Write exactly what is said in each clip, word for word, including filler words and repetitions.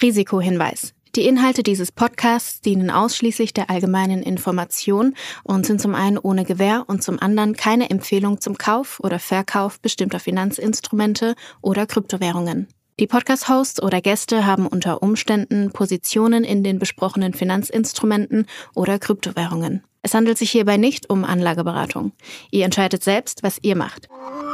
Risikohinweis. Die Inhalte dieses Podcasts dienen ausschließlich der allgemeinen Information und sind zum einen ohne Gewähr und zum anderen keine Empfehlung zum Kauf oder Verkauf bestimmter Finanzinstrumente oder Kryptowährungen. Die Podcast-Hosts oder Gäste haben unter Umständen Positionen in den besprochenen Finanzinstrumenten oder Kryptowährungen. Es handelt sich hierbei nicht um Anlageberatung. Ihr entscheidet selbst, was ihr macht.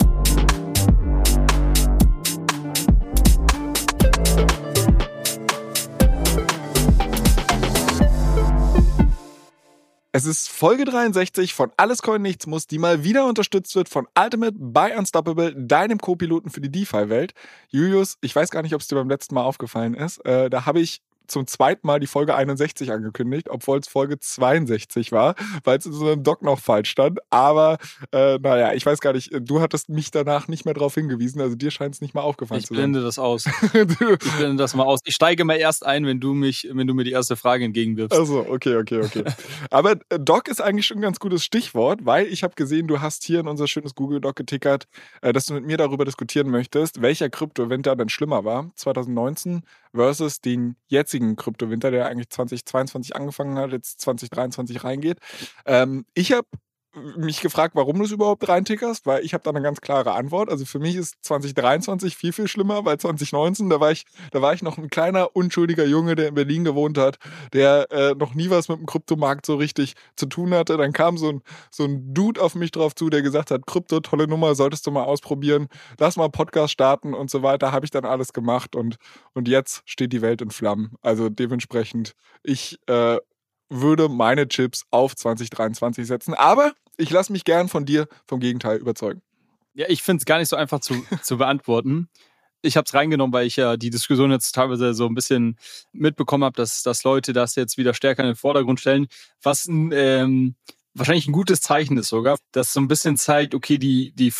Es ist Folge dreiundsechzig von Alles Coin Nichts Muss, die mal wieder unterstützt wird von Ultimate by Unstoppable, deinem Co-Piloten für die DeFi-Welt. Julius, ich weiß gar nicht, ob es dir beim letzten Mal aufgefallen ist, äh, da habe ich zum zweiten Mal die Folge einundsechzig angekündigt, obwohl es Folge zweiundsechzig war, weil es in so einem Doc noch falsch stand. Aber äh, naja, ich weiß gar nicht, du hattest mich danach nicht mehr darauf hingewiesen, also dir scheint es nicht mal aufgefallen ich zu sein. Ich blende das aus. Ich blende das mal aus. Ich steige mal erst ein, wenn du mich, wenn du mir die erste Frage entgegenwirfst. Also, okay, okay, okay. Aber äh, Doc ist eigentlich schon ein ganz gutes Stichwort, weil ich habe gesehen, du hast hier in unser schönes Google-Doc getickert, äh, dass du mit mir darüber diskutieren möchtest, welcher Kryptowinter denn schlimmer war, zwanzig neunzehn versus den jetzigen Kryptowinter, der eigentlich zwanzig zweiundzwanzig angefangen hat, jetzt zwanzig dreiundzwanzig reingeht. Ähm, ich habe mich gefragt, warum du es überhaupt reintickerst, weil ich habe da eine ganz klare Antwort. Also für mich ist zwanzig dreiundzwanzig viel, viel schlimmer, weil zwanzig neunzehn, da war ich, da war ich noch ein kleiner, unschuldiger Junge, der in Berlin gewohnt hat, der äh, noch nie was mit dem Kryptomarkt so richtig zu tun hatte. Dann kam so ein, so ein Dude auf mich drauf zu, der gesagt hat, Krypto, tolle Nummer, solltest du mal ausprobieren, lass mal einen Podcast starten und so weiter. Habe ich dann alles gemacht und, und jetzt steht die Welt in Flammen. Also dementsprechend, ich äh, würde meine Chips auf zwanzig dreiundzwanzig setzen. Aber ich lasse mich gern von dir vom Gegenteil überzeugen. Ja, ich finde es gar nicht so einfach zu, zu beantworten. Ich habe es reingenommen, weil ich ja die Diskussion jetzt teilweise so ein bisschen mitbekommen habe, dass, dass Leute das jetzt wieder stärker in den Vordergrund stellen, was ähm, wahrscheinlich ein gutes Zeichen ist sogar, das so ein bisschen zeigt, okay, die, die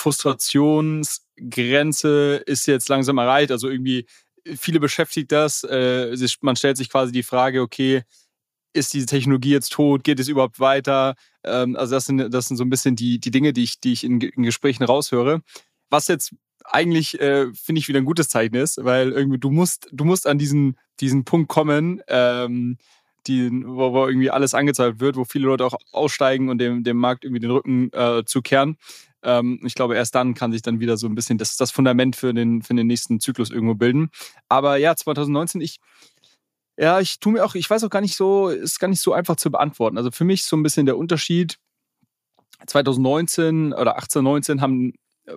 Frustrationsgrenze ist jetzt langsam erreicht. Also irgendwie, viele beschäftigt das. Äh, man stellt sich quasi die Frage, okay, ist diese Technologie jetzt tot? Geht es überhaupt weiter? Ähm, also das sind, das sind so ein bisschen die, die Dinge, die ich, die ich in, in Gesprächen raushöre. Was jetzt eigentlich, äh, finde ich, wieder ein gutes Zeichen ist, weil irgendwie du musst, du musst an diesen, diesen Punkt kommen, ähm, die, wo, wo irgendwie alles angezahlt wird, wo viele Leute auch aussteigen und dem, dem Markt irgendwie den Rücken äh, zukehren. Ähm, ich glaube, erst dann kann sich dann wieder so ein bisschen das, das Fundament für den, für den nächsten Zyklus irgendwo bilden. Aber ja, zwanzig neunzehn, ich Ja, ich tue mir auch, ich weiß auch gar nicht so, ist gar nicht so einfach zu beantworten. Also für mich so ein bisschen der Unterschied, zwanzig neunzehn oder achtzehn, neunzehn haben,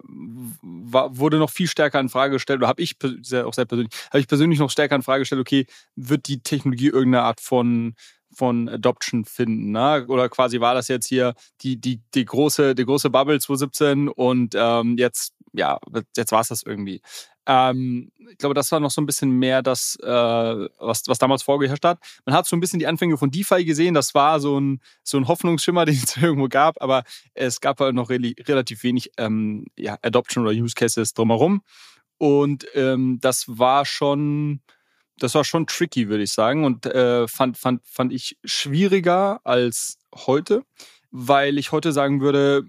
war, wurde noch viel stärker in Frage gestellt, oder habe ich sehr, auch sehr persönlich, habe ich persönlich noch stärker in Frage gestellt, okay, wird die Technologie irgendeine Art von von Adoption finden, ne? Oder quasi war das jetzt hier die, die, die große, die große Bubble zwanzig siebzehn und ähm, jetzt, ja, jetzt war es das irgendwie. Ähm, ich glaube, das war noch so ein bisschen mehr das, äh, was, was damals vorgeherrscht hat. Man hat so ein bisschen die Anfänge von DeFi gesehen, das war so ein, so ein Hoffnungsschimmer, den es irgendwo gab, aber es gab halt noch re- relativ wenig ähm, ja, Adoption oder Use Cases drumherum. Und ähm, das war schon... Das war schon tricky, würde ich sagen, und äh, fand, fand, fand ich schwieriger als heute, weil ich heute sagen würde,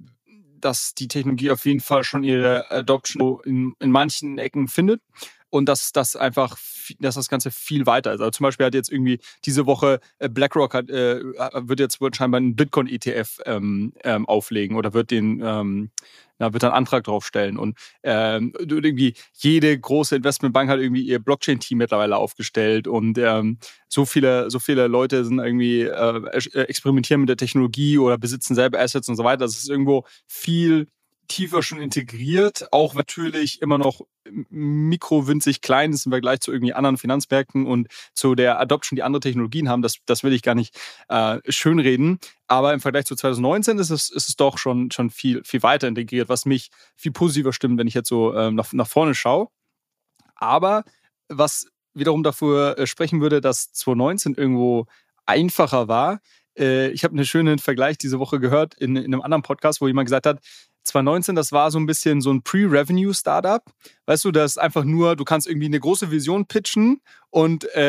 dass die Technologie auf jeden Fall schon ihre Adoption in, in manchen Ecken findet und dass das einfach, dass das Ganze viel weiter ist. Also zum Beispiel hat jetzt irgendwie diese Woche BlackRock hat, äh, wird jetzt wird scheinbar einen Bitcoin-E T F ähm, ähm, auflegen oder wird den ähm, na, wird einen Antrag drauf stellen. Und ähm, irgendwie jede große Investmentbank hat irgendwie ihr Blockchain-Team mittlerweile aufgestellt und ähm, so viele, so viele Leute sind irgendwie äh, experimentieren mit der Technologie oder besitzen selber Assets und so weiter. Das ist irgendwo viel tiefer schon integriert, auch natürlich immer noch mikrowinzig klein ist im Vergleich zu irgendwie anderen Finanzmärkten und zu der Adoption, die andere Technologien haben. Das, das will ich gar nicht äh, schönreden. Aber im Vergleich zu zwanzig neunzehn ist es, ist es doch schon, schon viel, viel weiter integriert, was mich viel positiver stimmt, wenn ich jetzt so ähm, nach, nach vorne schaue. Aber was wiederum dafür äh, sprechen würde, dass zwanzig neunzehn irgendwo einfacher war, äh, ich habe einen schönen Vergleich diese Woche gehört in, in einem anderen Podcast, wo jemand gesagt hat, zwanzig neunzehn, das war so ein bisschen so ein Pre-Revenue-Startup. Weißt du, das ist einfach nur, du kannst irgendwie eine große Vision pitchen und, äh,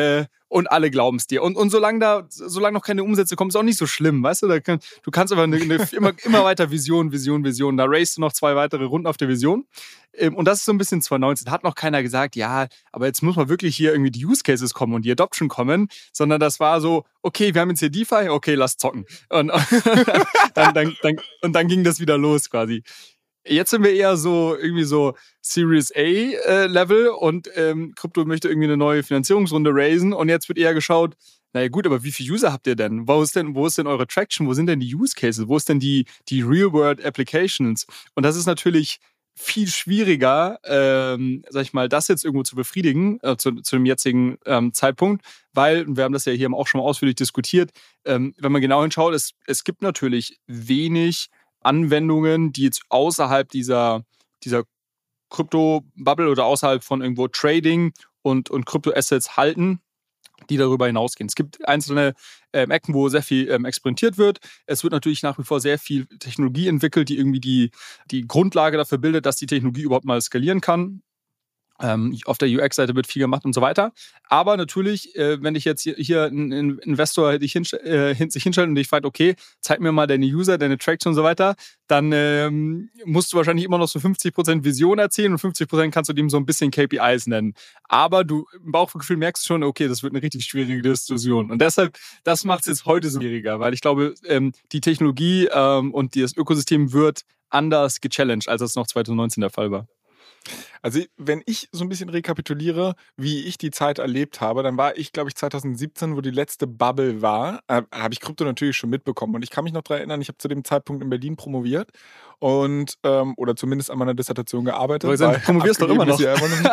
und alle glauben es dir. Und, und solange da, solange noch keine Umsätze kommen, ist auch nicht so schlimm, weißt du? Da kann, du kannst aber eine, eine, immer, immer weiter Vision, Vision, Vision. Da racest du noch zwei weitere Runden auf der Vision. Und das ist so ein bisschen zwanzig neunzehn. Hat noch keiner gesagt, ja, aber jetzt muss mal wirklich hier irgendwie die Use Cases kommen und die Adoption kommen, sondern das war so, okay, wir haben jetzt hier DeFi, okay, lass zocken. Und, dann, dann, dann, und dann ging das wieder los quasi. Jetzt sind wir eher so irgendwie so Series A-Level äh, und ähm, Krypto möchte irgendwie eine neue Finanzierungsrunde raisen und jetzt wird eher geschaut, naja gut, aber wie viele User habt ihr denn? Wo ist denn, wo ist denn eure Traction? Wo sind denn die Use Cases? Wo ist denn die, die Real-World Applications? Und das ist natürlich viel schwieriger, ähm, sag ich mal, das jetzt irgendwo zu befriedigen, äh, zu, zu dem jetzigen ähm, Zeitpunkt, weil, und wir haben das ja hier auch schon mal ausführlich diskutiert, ähm, wenn man genau hinschaut, es, es gibt natürlich wenig Anwendungen, die jetzt außerhalb dieser, dieser Krypto-Bubble oder außerhalb von irgendwo Trading und, und Krypto-Assets halten, die darüber hinausgehen. Es gibt einzelne ähm, Ecken, wo sehr viel ähm, experimentiert wird. Es wird natürlich nach wie vor sehr viel Technologie entwickelt, die irgendwie die, die Grundlage dafür bildet, dass die Technologie überhaupt mal skalieren kann. Ähm, auf der U X-Seite wird viel gemacht und so weiter. Aber natürlich, äh, wenn ich jetzt hier, hier ein Investor dich hinst- äh, hin, sich hinstellt und dich fragt, okay, zeig mir mal deine User, deine Traction und so weiter, dann ähm, musst du wahrscheinlich immer noch so fünfzig Prozent Vision erzählen und fünfzig Prozent kannst du dem so ein bisschen K P Is nennen. Aber du im Bauchgefühl merkst schon, okay, das wird eine richtig schwierige Diskussion. Und deshalb, das macht es jetzt heute so schwieriger, weil ich glaube, ähm, die Technologie ähm, und das Ökosystem wird anders gechallenged, als es noch zwanzig neunzehn der Fall war. Also wenn ich so ein bisschen rekapituliere, wie ich die Zeit erlebt habe, dann war ich, glaube ich, zwanzig siebzehn, wo die letzte Bubble war, äh, habe ich Krypto natürlich schon mitbekommen. Und ich kann mich noch daran erinnern, ich habe zu dem Zeitpunkt in Berlin promoviert und ähm, oder zumindest an meiner Dissertation gearbeitet. Aber du promovierst doch immer noch. Ja immer noch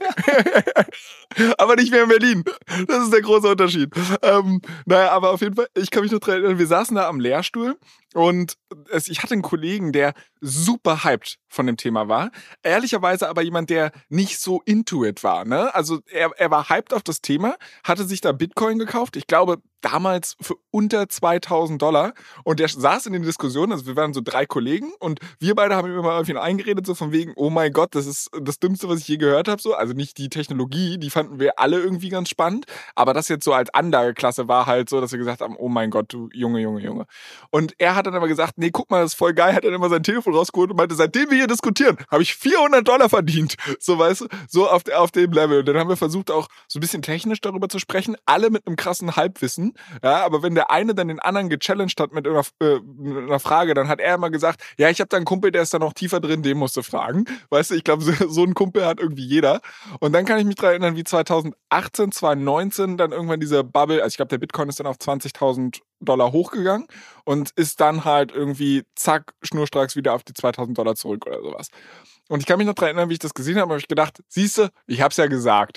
aber nicht mehr in Berlin. Das ist der große Unterschied. Ähm, naja, aber auf jeden Fall, ich kann mich noch daran erinnern, wir saßen da am Lehrstuhl und es, ich hatte einen Kollegen, der super hyped von dem Thema war. Ehrlicherweise aber jemand, der nicht so into it war. Ne? Also er, er war hyped auf das Thema, hatte sich da Bitcoin gekauft. Ich glaube, damals für unter zweitausend Dollar. Und der saß in den Diskussionen, also wir waren so drei Kollegen und wir beide haben ihm immer irgendwie eingeredet, so von wegen, oh mein Gott, das ist das Dümmste, was ich je gehört habe. So. Also nicht die Technologie, die fanden wir alle irgendwie ganz spannend, aber das jetzt so als Anlageklasse war halt so, dass wir gesagt haben, oh mein Gott, du Junge, Junge, Junge. Und er hat dann aber gesagt, nee, guck mal, das ist voll geil, hat dann immer sein Telefon rausgeholt und meinte, seitdem wir hier diskutieren, habe ich vierhundert Dollar verdient. So, weißt du, so auf, auf dem Level. Und dann haben wir versucht, auch so ein bisschen technisch darüber zu sprechen, alle mit einem krassen Halbwissen. Ja, aber wenn der eine dann den anderen gechallenged hat mit einer, äh, mit einer Frage, dann hat er immer gesagt, ja, ich habe da einen Kumpel, der ist da noch tiefer drin, den musst du fragen. Weißt du, ich glaube, so, so einen Kumpel hat irgendwie jeder. Und dann kann ich mich daran erinnern, wie zwanzig achtzehn, zwanzig neunzehn dann irgendwann diese Bubble, also ich glaube, der Bitcoin ist dann auf zwanzigtausend Dollar hochgegangen und ist dann halt irgendwie zack, schnurstracks wieder auf die zweitausend Dollar zurück oder sowas. Und ich kann mich noch daran erinnern, wie ich das gesehen habe, habe ich gedacht, siehste, ich hab's ja gesagt.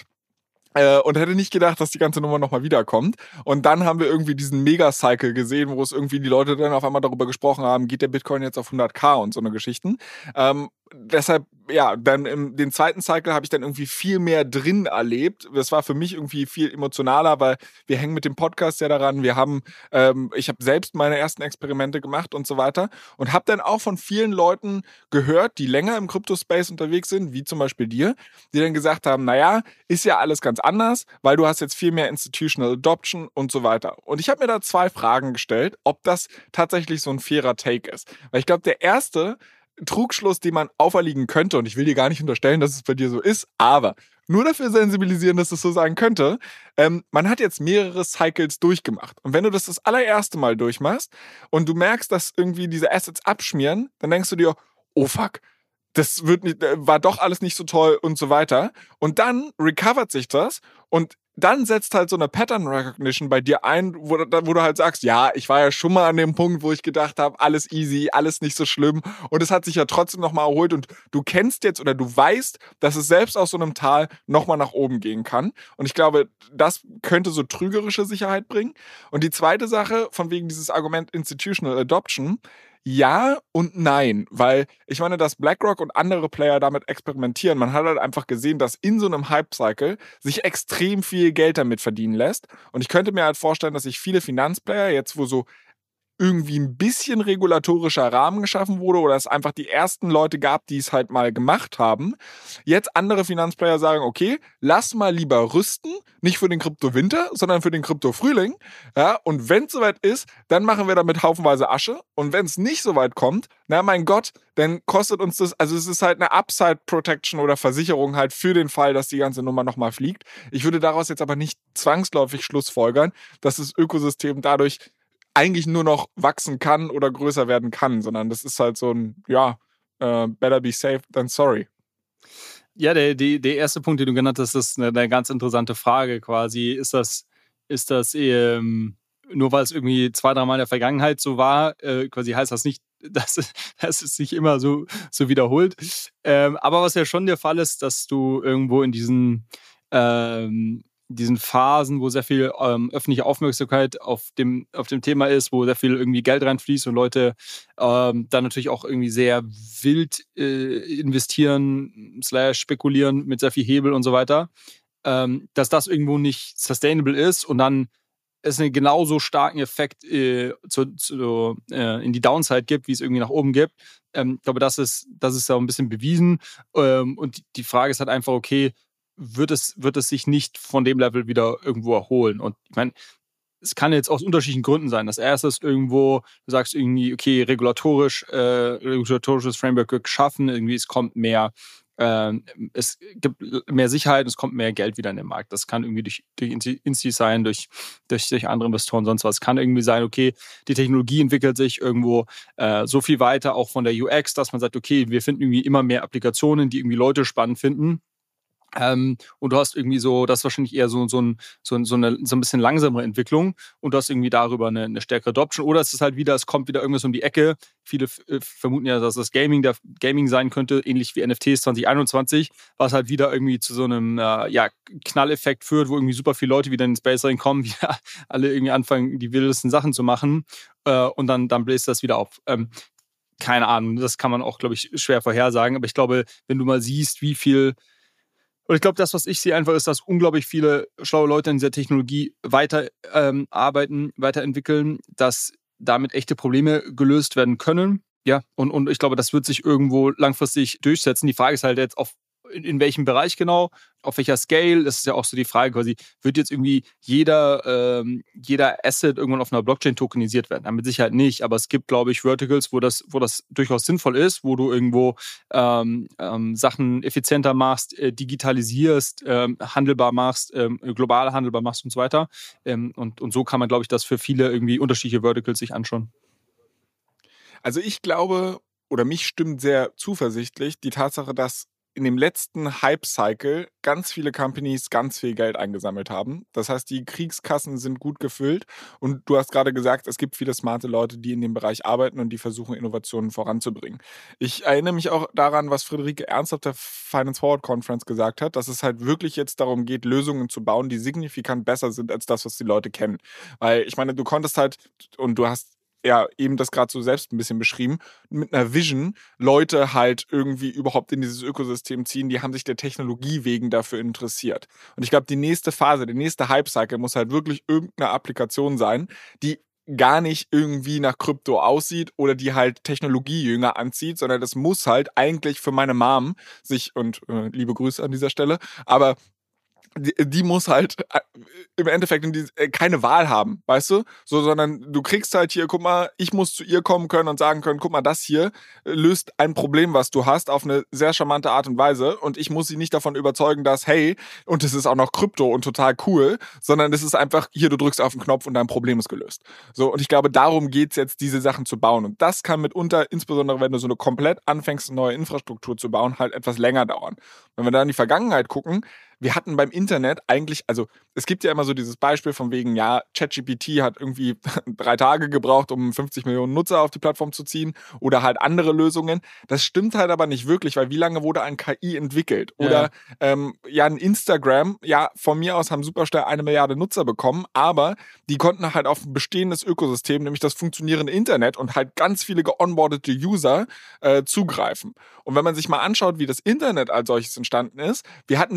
Und hätte nicht gedacht, dass die ganze Nummer nochmal wiederkommt. Und dann haben wir irgendwie diesen Mega-Cycle gesehen, wo es irgendwie die Leute dann auf einmal darüber gesprochen haben, geht der Bitcoin jetzt auf hunderttausend und so eine Geschichten. Ähm, deshalb, ja, dann im den zweiten Cycle habe ich dann irgendwie viel mehr drin erlebt. Das war für mich irgendwie viel emotionaler, weil wir hängen mit dem Podcast ja daran. Wir haben, ähm, ich habe selbst meine ersten Experimente gemacht und so weiter und habe dann auch von vielen Leuten gehört, die länger im Crypto-Space unterwegs sind, wie zum Beispiel dir, die dann gesagt haben, naja, ist ja alles ganz anders, weil du hast jetzt viel mehr Institutional Adoption und so weiter. Und ich habe mir da zwei Fragen gestellt, ob das tatsächlich so ein fairer Take ist. Weil ich glaube, der erste Trugschluss, den man auferlegen könnte, und ich will dir gar nicht unterstellen, dass es bei dir so ist, aber nur dafür sensibilisieren, dass es so sein könnte, ähm, man hat jetzt mehrere Cycles durchgemacht. Und wenn du das das allererste Mal durchmachst und du merkst, dass irgendwie diese Assets abschmieren, dann denkst du dir, oh fuck, das wird nicht, war doch alles nicht so toll und so weiter. Und dann recovert sich das und dann setzt halt so eine Pattern Recognition bei dir ein, wo, wo du halt sagst, ja, ich war ja schon mal an dem Punkt, wo ich gedacht habe, alles easy, alles nicht so schlimm und es hat sich ja trotzdem nochmal erholt und du kennst jetzt oder du weißt, dass es selbst aus so einem Tal nochmal nach oben gehen kann und ich glaube, das könnte so trügerische Sicherheit bringen. Und die zweite Sache, von wegen dieses Argument Institutional Adoption, ja und nein, weil ich meine, dass BlackRock und andere Player damit experimentieren, man hat halt einfach gesehen, dass in so einem Hype-Cycle sich extrem viel Geld damit verdienen lässt und ich könnte mir halt vorstellen, dass sich viele Finanzplayer jetzt, wo so irgendwie ein bisschen regulatorischer Rahmen geschaffen wurde oder es einfach die ersten Leute gab, die es halt mal gemacht haben. Jetzt andere Finanzplayer sagen, okay, lass mal lieber rüsten, nicht für den Krypto-Winter, sondern für den Krypto-Frühling. Ja, und wenn es soweit ist, dann machen wir damit haufenweise Asche. Und wenn es nicht so weit kommt, na mein Gott, dann kostet uns das, also es ist halt eine Upside-Protection oder Versicherung halt für den Fall, dass die ganze Nummer nochmal fliegt. Ich würde daraus jetzt aber nicht zwangsläufig schlussfolgern, dass das Ökosystem dadurch eigentlich nur noch wachsen kann oder größer werden kann, sondern das ist halt so ein, ja, uh, better be safe than sorry. Ja, der, der, der erste Punkt, den du genannt hast, ist eine, eine ganz interessante Frage quasi. Ist das, ist das ähm, nur weil es irgendwie zwei, dreimal in der Vergangenheit so war, äh, quasi heißt das nicht, dass, dass es sich immer so, so wiederholt. Ähm, aber was ja schon der Fall ist, dass du irgendwo in diesen ähm, diesen Phasen, wo sehr viel ähm, öffentliche Aufmerksamkeit auf dem, auf dem Thema ist, wo sehr viel irgendwie Geld reinfließt und Leute ähm, dann natürlich auch irgendwie sehr wild äh, investieren, slash spekulieren mit sehr viel Hebel und so weiter, ähm, dass das irgendwo nicht sustainable ist und dann es einen genauso starken Effekt äh, zu, zu, äh, in die Downside gibt, wie es irgendwie nach oben gibt. Ähm, ich glaube, das ist, das ist ja ein bisschen bewiesen. Ähm, und die Frage ist halt einfach, okay, wird es, wird es sich nicht von dem Level wieder irgendwo erholen. Und ich meine, es kann jetzt aus unterschiedlichen Gründen sein. Das erste ist irgendwo, du sagst irgendwie, okay, regulatorisch, äh, regulatorisches Framework wird geschaffen, irgendwie es kommt mehr, äh, es gibt mehr Sicherheit, es kommt mehr Geld wieder in den Markt. Das kann irgendwie durch, durch Insti sein, durch, durch, durch andere Investoren, sonst was. Es kann irgendwie sein, okay, die Technologie entwickelt sich irgendwo äh, so viel weiter, auch von der U X, dass man sagt, okay, wir finden irgendwie immer mehr Applikationen, die irgendwie Leute spannend finden. Ähm, und du hast irgendwie so, das ist wahrscheinlich eher so, so, ein, so, so, eine, so ein bisschen langsamere Entwicklung und du hast irgendwie darüber eine, eine stärkere Adoption. Oder es ist halt wieder, es kommt wieder irgendwas um die Ecke. Viele f- vermuten ja, dass das Gaming der Gaming sein könnte, ähnlich wie N F Ts zwanzig einundzwanzig, was halt wieder irgendwie zu so einem äh, ja, Knalleffekt führt, wo irgendwie super viele Leute wieder in den Space reinkommen, wieder alle irgendwie anfangen, die wildesten Sachen zu machen äh, und dann, dann bläst das wieder auf. Ähm, keine Ahnung, das kann man auch, glaube ich, schwer vorhersagen. Aber ich glaube, wenn du mal siehst, wie viel Und ich glaube, das, was ich sehe, einfach ist, dass unglaublich viele schlaue Leute in dieser Technologie weiter ähm, arbeiten, weiterentwickeln, dass damit echte Probleme gelöst werden können. Ja, und, und ich glaube, das wird sich irgendwo langfristig durchsetzen. Die Frage ist halt jetzt, auf in, in welchem Bereich genau, auf welcher Scale, das ist ja auch so die Frage quasi, wird jetzt irgendwie jeder, ähm, jeder Asset irgendwann auf einer Blockchain tokenisiert werden? Ja, mit Sicherheit nicht, aber es gibt, glaube ich, Verticals, wo das, wo das durchaus sinnvoll ist, wo du irgendwo ähm, ähm, Sachen effizienter machst, äh, digitalisierst, ähm, handelbar machst, ähm, global handelbar machst und so weiter. Ähm, und, und so kann man, glaube ich, das für viele irgendwie unterschiedliche Verticals sich anschauen. Also ich glaube, oder mich stimmt sehr zuversichtlich die Tatsache, dass in dem letzten Hype-Cycle ganz viele Companies ganz viel Geld eingesammelt haben. Das heißt, die Kriegskassen sind gut gefüllt und du hast gerade gesagt, es gibt viele smarte Leute, die in dem Bereich arbeiten und die versuchen, Innovationen voranzubringen. Ich erinnere mich auch daran, was Friederike Ernst auf der Finance Forward Conference gesagt hat, dass es halt wirklich jetzt darum geht, Lösungen zu bauen, die signifikant besser sind als das, was die Leute kennen. Weil ich meine, du konntest halt, und du hast ja, eben das gerade so selbst ein bisschen beschrieben, mit einer Vision Leute halt irgendwie überhaupt in dieses Ökosystem ziehen, die haben sich der Technologie wegen dafür interessiert. Und ich glaube, die nächste Phase, der nächste Hype-Cycle muss halt wirklich irgendeine Applikation sein, die gar nicht irgendwie nach Krypto aussieht oder die halt Technologiejünger anzieht, sondern das muss halt eigentlich für meine Mom sich, und äh, liebe Grüße an dieser Stelle, aber Die, die muss halt äh, im Endeffekt in die, äh, keine Wahl haben, weißt du? So, sondern du kriegst halt hier, guck mal, ich muss zu ihr kommen können und sagen können, guck mal, das hier löst ein Problem, was du hast, auf eine sehr charmante Art und Weise und ich muss sie nicht davon überzeugen, dass, hey, und es ist auch noch Krypto und total cool, sondern es ist einfach, hier, du drückst auf den Knopf und dein Problem ist gelöst. So, und ich glaube, darum geht's jetzt, diese Sachen zu bauen und das kann mitunter, insbesondere wenn du so eine komplett anfängst, eine neue Infrastruktur zu bauen, halt etwas länger dauern. Wenn wir da in die Vergangenheit gucken, wir hatten beim Internet eigentlich, also es gibt ja immer so dieses Beispiel von wegen, ja, ChatGPT hat irgendwie drei Tage gebraucht, um fünfzig Millionen Nutzer auf die Plattform zu ziehen oder halt andere Lösungen. Das stimmt halt aber nicht wirklich, weil wie lange wurde ein K I entwickelt? Oder ja, ähm, ja ein Instagram, ja, von mir aus haben super schnell eine Milliarde Nutzer bekommen, aber die konnten halt auf ein bestehendes Ökosystem, nämlich das funktionierende Internet und halt ganz viele geonboardete User äh, zugreifen. Und wenn man sich mal anschaut, wie das Internet als solches entstanden ist, wir hatten die Dotcom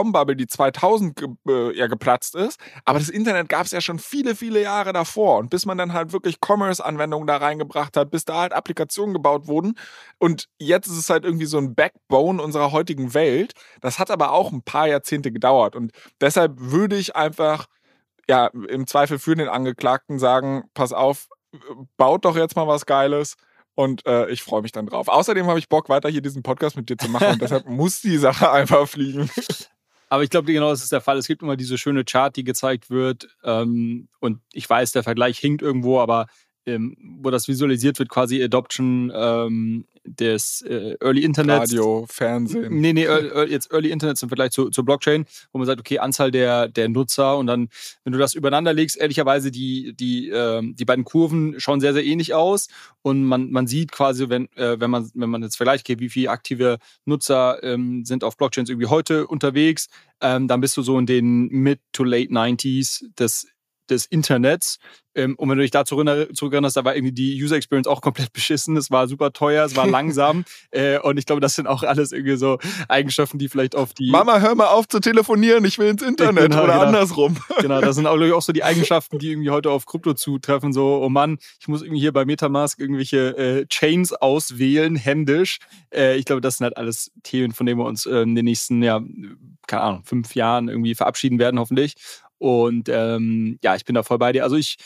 Dotcom-Bubble, die zweitausend ge äh, ja, geplatzt ist. Aber das Internet gab es ja schon viele, viele Jahre davor. Und bis man dann halt wirklich Commerce-Anwendungen da reingebracht hat, bis da halt Applikationen gebaut wurden. Und jetzt ist es halt irgendwie so ein Backbone unserer heutigen Welt. Das hat aber auch ein paar Jahrzehnte gedauert. Und deshalb würde ich einfach ja im Zweifel für den Angeklagten sagen, pass auf, baut doch jetzt mal was Geiles. Und äh, ich freue mich dann drauf. Außerdem habe ich Bock, weiter hier diesen Podcast mit dir zu machen. Und deshalb muss die Sache einfach fliegen. Aber ich glaube, genau das ist der Fall. Es gibt immer diese schöne Chart, die gezeigt wird. Ähm, und ich weiß, der Vergleich hinkt irgendwo, aber ähm, wo das visualisiert wird, quasi Adoption ähm, des äh, Early Internets. Radio, Fernsehen. Nee, nee, early, jetzt Early Internets im Vergleich zu, zur Blockchain, wo man sagt, okay, Anzahl der, der Nutzer und dann, wenn du das übereinander legst, ehrlicherweise, die, die, ähm, die beiden Kurven schauen sehr, sehr ähnlich aus und man, man sieht quasi, wenn, äh, wenn man, wenn man jetzt vergleicht, okay, wie viele aktive Nutzer ähm, sind auf Blockchains irgendwie heute unterwegs, ähm, dann bist du so in den Mid to Late nineties des des Internets. Und wenn du dich da zurückerinnerst, da war irgendwie die User Experience auch komplett beschissen. Es war super teuer, es war langsam. Und ich glaube, das sind auch alles irgendwie so Eigenschaften, die vielleicht auf die... Mama, hör mal auf zu telefonieren, ich will ins Internet genau, oder genau. andersrum. Genau, das sind auch, auch so die Eigenschaften, die irgendwie heute auf Krypto zutreffen. So, oh Mann, ich muss irgendwie hier bei Metamask irgendwelche äh, Chains auswählen, händisch. Äh, ich glaube, das sind halt alles Themen, von denen wir uns äh, in den nächsten, ja, keine Ahnung, fünf Jahren irgendwie verabschieden werden, hoffentlich. Und ähm, ja, ich bin da voll bei dir. Also ich,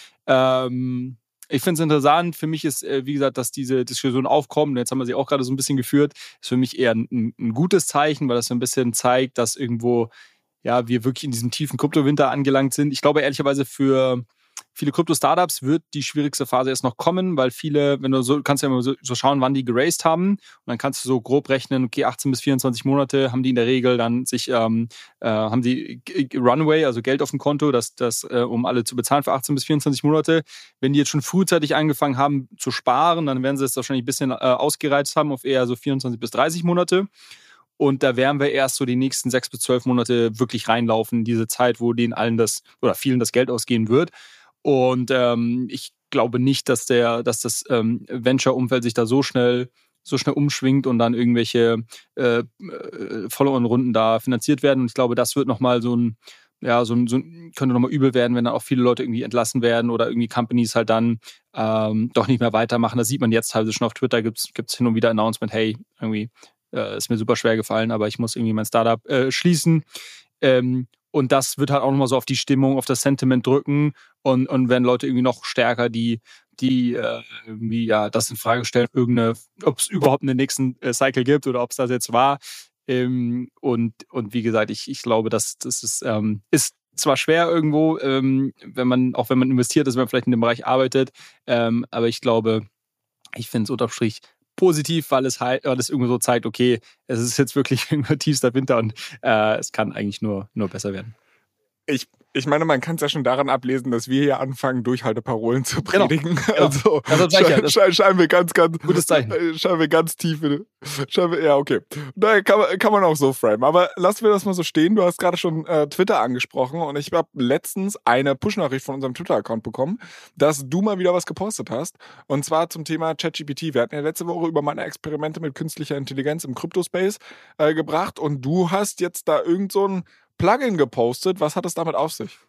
ähm, ich finde es interessant. Für mich ist, äh, wie gesagt, dass diese Diskussion aufkommt, und jetzt haben wir sie auch gerade so ein bisschen geführt, ist für mich eher ein, ein gutes Zeichen, weil das so ein bisschen zeigt, dass irgendwo ja, wir wirklich in diesem tiefen Kryptowinter angelangt sind. Ich glaube ehrlicherweise für viele Krypto-Startups wird die schwierigste Phase erst noch kommen, weil viele, wenn du so, kannst ja immer so, so schauen, wann die geraced haben und dann kannst du so grob rechnen, okay, achtzehn bis vierundzwanzig Monate haben die in der Regel dann sich, ähm, äh, haben die Runway, also Geld auf dem Konto, das, das, äh, um alle zu bezahlen für achtzehn bis vierundzwanzig Monate. Wenn die jetzt schon frühzeitig angefangen haben zu sparen, dann werden sie es wahrscheinlich ein bisschen äh, ausgereizt haben auf eher so vierundzwanzig bis dreißig Monate. Und da werden wir erst so die nächsten sechs bis zwölf Monate wirklich reinlaufen, in diese Zeit, wo denen allen das oder vielen das Geld ausgehen wird. Und ähm, ich glaube nicht, dass der, dass das ähm, Venture-Umfeld sich da so schnell, so schnell umschwingt und dann irgendwelche äh, äh, Follow-on-Runden da finanziert werden. Und ich glaube, das wird nochmal so ein, ja, so ein, so ein, könnte nochmal übel werden, wenn dann auch viele Leute irgendwie entlassen werden oder irgendwie Companies halt dann ähm, doch nicht mehr weitermachen. Das sieht man jetzt teilweise schon auf Twitter, gibt es hin und wieder Announcement, hey, irgendwie äh, ist mir super schwer gefallen, aber ich muss irgendwie mein Startup äh, schließen. Ähm, Und das wird halt auch nochmal so auf die Stimmung, auf das Sentiment drücken. Und, und wenn Leute irgendwie noch stärker die, die äh, irgendwie ja das in Frage stellen, irgendeine, ob es überhaupt einen nächsten äh, Cycle gibt oder ob es das jetzt war. Ähm, und, und wie gesagt, ich, ich glaube, dass das ist, ähm, ist zwar schwer irgendwo, ähm, wenn man, auch wenn man investiert ist, wenn man vielleicht in dem Bereich arbeitet, ähm, aber ich glaube, ich finde es unterm Strich positiv, weil es halt, weil es irgendwie so zeigt, okay, es ist jetzt wirklich tiefster Winter und äh, es kann eigentlich nur, nur besser werden. Ich, ich meine, man kann es ja schon daran ablesen, dass wir hier anfangen, Durchhalteparolen zu predigen. Genau, genau. Also also scheinen, ja, scheinen, scheinen wir ganz, ganz, gutes Zeichen. Scheinen wir ganz tief. Scheinen wir, ja, okay. Da kann man, kann man auch so framen. Aber lassen wir das mal so stehen. Du hast gerade schon äh, Twitter angesprochen und ich habe letztens eine Push-Nachricht von unserem Twitter-Account bekommen, dass du mal wieder was gepostet hast. Und zwar zum Thema ChatGPT. Wir hatten ja letzte Woche über meine Experimente mit künstlicher Intelligenz im Kryptospace äh, gebracht und du hast jetzt da irgend so ein Plugin gepostet. Was hat es damit auf sich?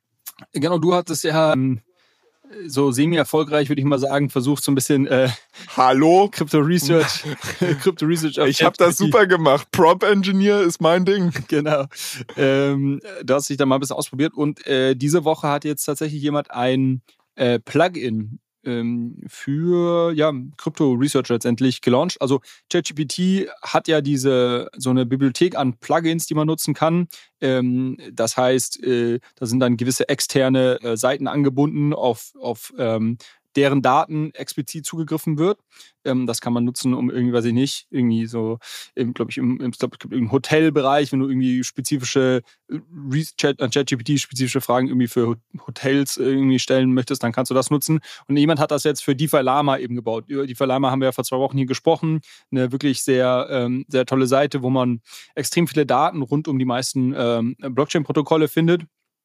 Genau, du hattest ja ähm, so semi-erfolgreich, würde ich mal sagen, versucht so ein bisschen äh, Hallo? Crypto Research. Crypto Research ich habe das super gemacht. Prompt Engineer ist mein Ding. Genau. Ähm, du hast dich da mal ein bisschen ausprobiert und äh, diese Woche hat jetzt tatsächlich jemand ein äh, Plugin für ja, Crypto Research letztendlich gelauncht. Also ChatGPT hat ja diese so eine Bibliothek an Plugins, die man nutzen kann. Ähm, das heißt, äh, da sind dann gewisse externe äh, Seiten angebunden, auf, auf ähm, deren Daten explizit zugegriffen wird. Ähm, das kann man nutzen, um irgendwie, weiß ich nicht, irgendwie so, glaube ich, im, im, glaub, im Hotelbereich, wenn du irgendwie spezifische ChatGPT-spezifische Fragen irgendwie für Hotels irgendwie stellen möchtest, dann kannst du das nutzen. Und jemand hat das jetzt für DeFi Lama eben gebaut. Über DeFi Lama haben wir ja vor zwei Wochen hier gesprochen. Eine wirklich sehr, ähm, sehr tolle Seite, wo man extrem viele Daten rund um die meisten ähm, Blockchain-Protokolle findet.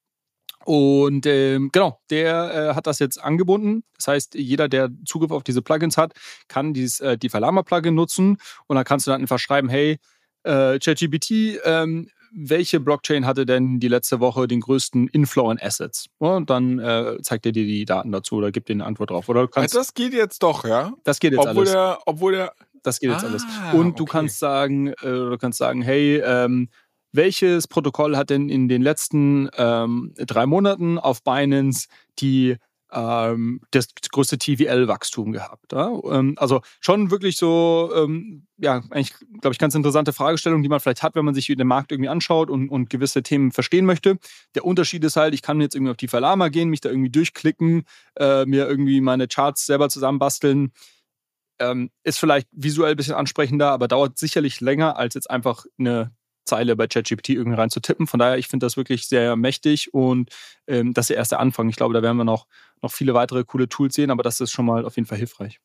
Und ähm, genau, der äh, hat das jetzt angebunden. Das heißt, jeder, der Zugriff auf diese Plugins hat, kann dieses äh, DeFi Lama Plugin nutzen. Und dann kannst du dann einfach schreiben, hey, äh, ChatGPT, ähm, welche Blockchain hatte denn die letzte Woche den größten Inflow in Assets? Und dann äh, zeigt er dir die Daten dazu oder gibt dir eine Antwort drauf. Oder du kannst, ja, das geht jetzt doch, ja? Das geht jetzt obwohl alles. Der, obwohl der... Das geht jetzt ah, alles. Und du okay. kannst sagen, äh, du kannst sagen, hey, ähm, welches Protokoll hat denn in den letzten ähm, drei Monaten auf Binance die ähm, das größte T V L-Wachstum gehabt? Ja? Ähm, also schon wirklich so, ähm, ja, eigentlich, glaube ich, ganz interessante Fragestellung, die man vielleicht hat, wenn man sich den Markt irgendwie anschaut und, und gewisse Themen verstehen möchte. Der Unterschied ist halt, ich kann jetzt irgendwie auf die Falama gehen, mich da irgendwie durchklicken, äh, mir irgendwie meine Charts selber zusammenbasteln. Ähm, ist vielleicht visuell ein bisschen ansprechender, aber dauert sicherlich länger, als jetzt einfach eine Zeile bei ChatGPT irgendwie rein zu tippen. Von daher, ich finde das wirklich sehr mächtig und ähm, das ist der erste Anfang. Ich glaube, da werden wir noch, noch viele weitere coole Tools sehen, aber das ist schon mal auf jeden Fall hilfreich.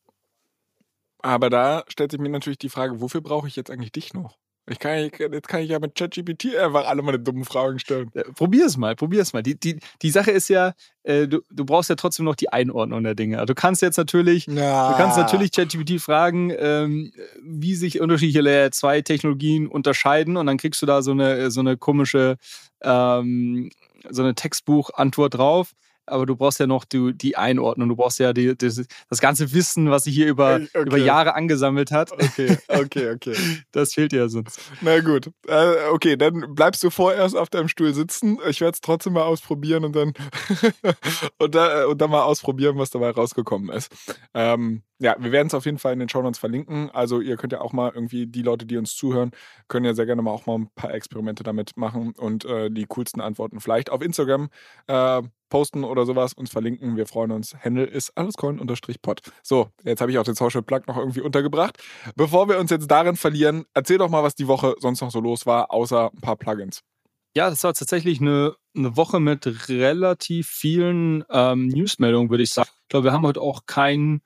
Aber da stellt sich mir natürlich die Frage, wofür brauche ich jetzt eigentlich dich noch? Ich kann, jetzt kann ich ja mit ChatGPT einfach alle meine dummen Fragen stellen. Ja, probier es mal, probier es mal. Die, die, die Sache ist ja, äh, du, du brauchst ja trotzdem noch die Einordnung der Dinge. Du kannst jetzt natürlich, ja. du kannst natürlich ChatGPT fragen, ähm, wie sich unterschiedliche Layer zwei Technologien unterscheiden und dann kriegst du da so eine, so eine komische, ähm, so eine Textbuch-Antwort drauf. Aber du brauchst ja noch die, die Einordnung, du brauchst ja die, das, das ganze Wissen, was sich hier über, okay. über Jahre angesammelt hat. Okay, okay, okay. Das fehlt dir ja sonst. Na gut, äh, okay, dann bleibst du vorerst auf deinem Stuhl sitzen. Ich werde es trotzdem mal ausprobieren und dann, und, da, und dann mal ausprobieren, was dabei rausgekommen ist. Ähm, ja, wir werden es auf jeden Fall in den Shownotes verlinken. Also ihr könnt ja auch mal irgendwie, die Leute, die uns zuhören, können ja sehr gerne mal auch mal ein paar Experimente damit machen und äh, die coolsten Antworten vielleicht auf Instagram äh, posten oder sowas, uns verlinken. Wir freuen uns. Handle ist allescoin-pod. So, jetzt habe ich auch den Social Plug noch irgendwie untergebracht. Bevor wir uns jetzt darin verlieren, erzähl doch mal, was die Woche sonst noch so los war, außer ein paar Plugins. Ja, das war tatsächlich eine, eine Woche mit relativ vielen ähm, Newsmeldungen, würde ich sagen. Ich glaube, wir haben heute auch kein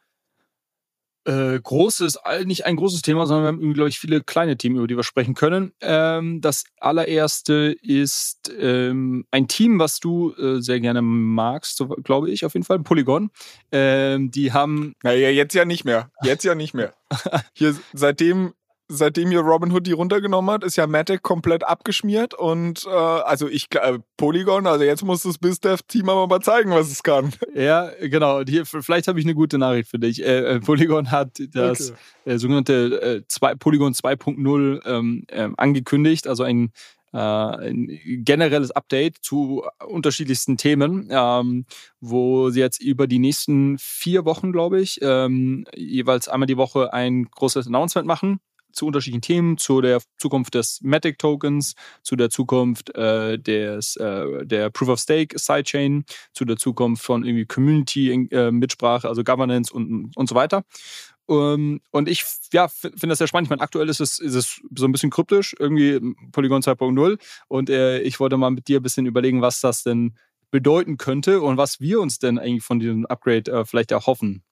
äh, großes, nicht ein großes Thema, sondern wir haben irgendwie, glaube ich, viele kleine Themen, über die wir sprechen können. Ähm, das allererste ist ähm, ein Team, was du äh, sehr gerne magst, so, glaube ich, auf jeden Fall, Polygon. Ähm, die haben... Naja, jetzt ja nicht mehr. Jetzt ja nicht mehr. Hier, seitdem... Seitdem hier Robinhood die runtergenommen hat, ist ja Matic komplett abgeschmiert und äh, also ich äh, Polygon, also jetzt muss das BizDev-Team aber mal zeigen, was es kann. Ja, genau. Und hier, vielleicht habe ich eine gute Nachricht für dich. Äh, Polygon hat das okay. äh, sogenannte äh, zwei, Polygon zwei Punkt null ähm, äh, angekündigt, also ein, äh, ein generelles Update zu unterschiedlichsten Themen, ähm, wo sie jetzt über die nächsten vier Wochen, glaube ich, ähm, jeweils einmal die Woche ein großes Announcement machen zu unterschiedlichen Themen, zu der Zukunft des Matic-Tokens, zu der Zukunft äh, des, äh, der Proof-of-Stake-Sidechain, zu der Zukunft von irgendwie Community-Mitsprache, äh, also Governance und, und so weiter. Um, und ich ja, finde das sehr spannend. Ich meine, aktuell ist es, ist es so ein bisschen kryptisch, irgendwie Polygon zwei Punkt null. Und äh, ich wollte mal mit dir ein bisschen überlegen, was das denn bedeuten könnte und was wir uns denn eigentlich von diesem Upgrade äh, vielleicht erhoffen.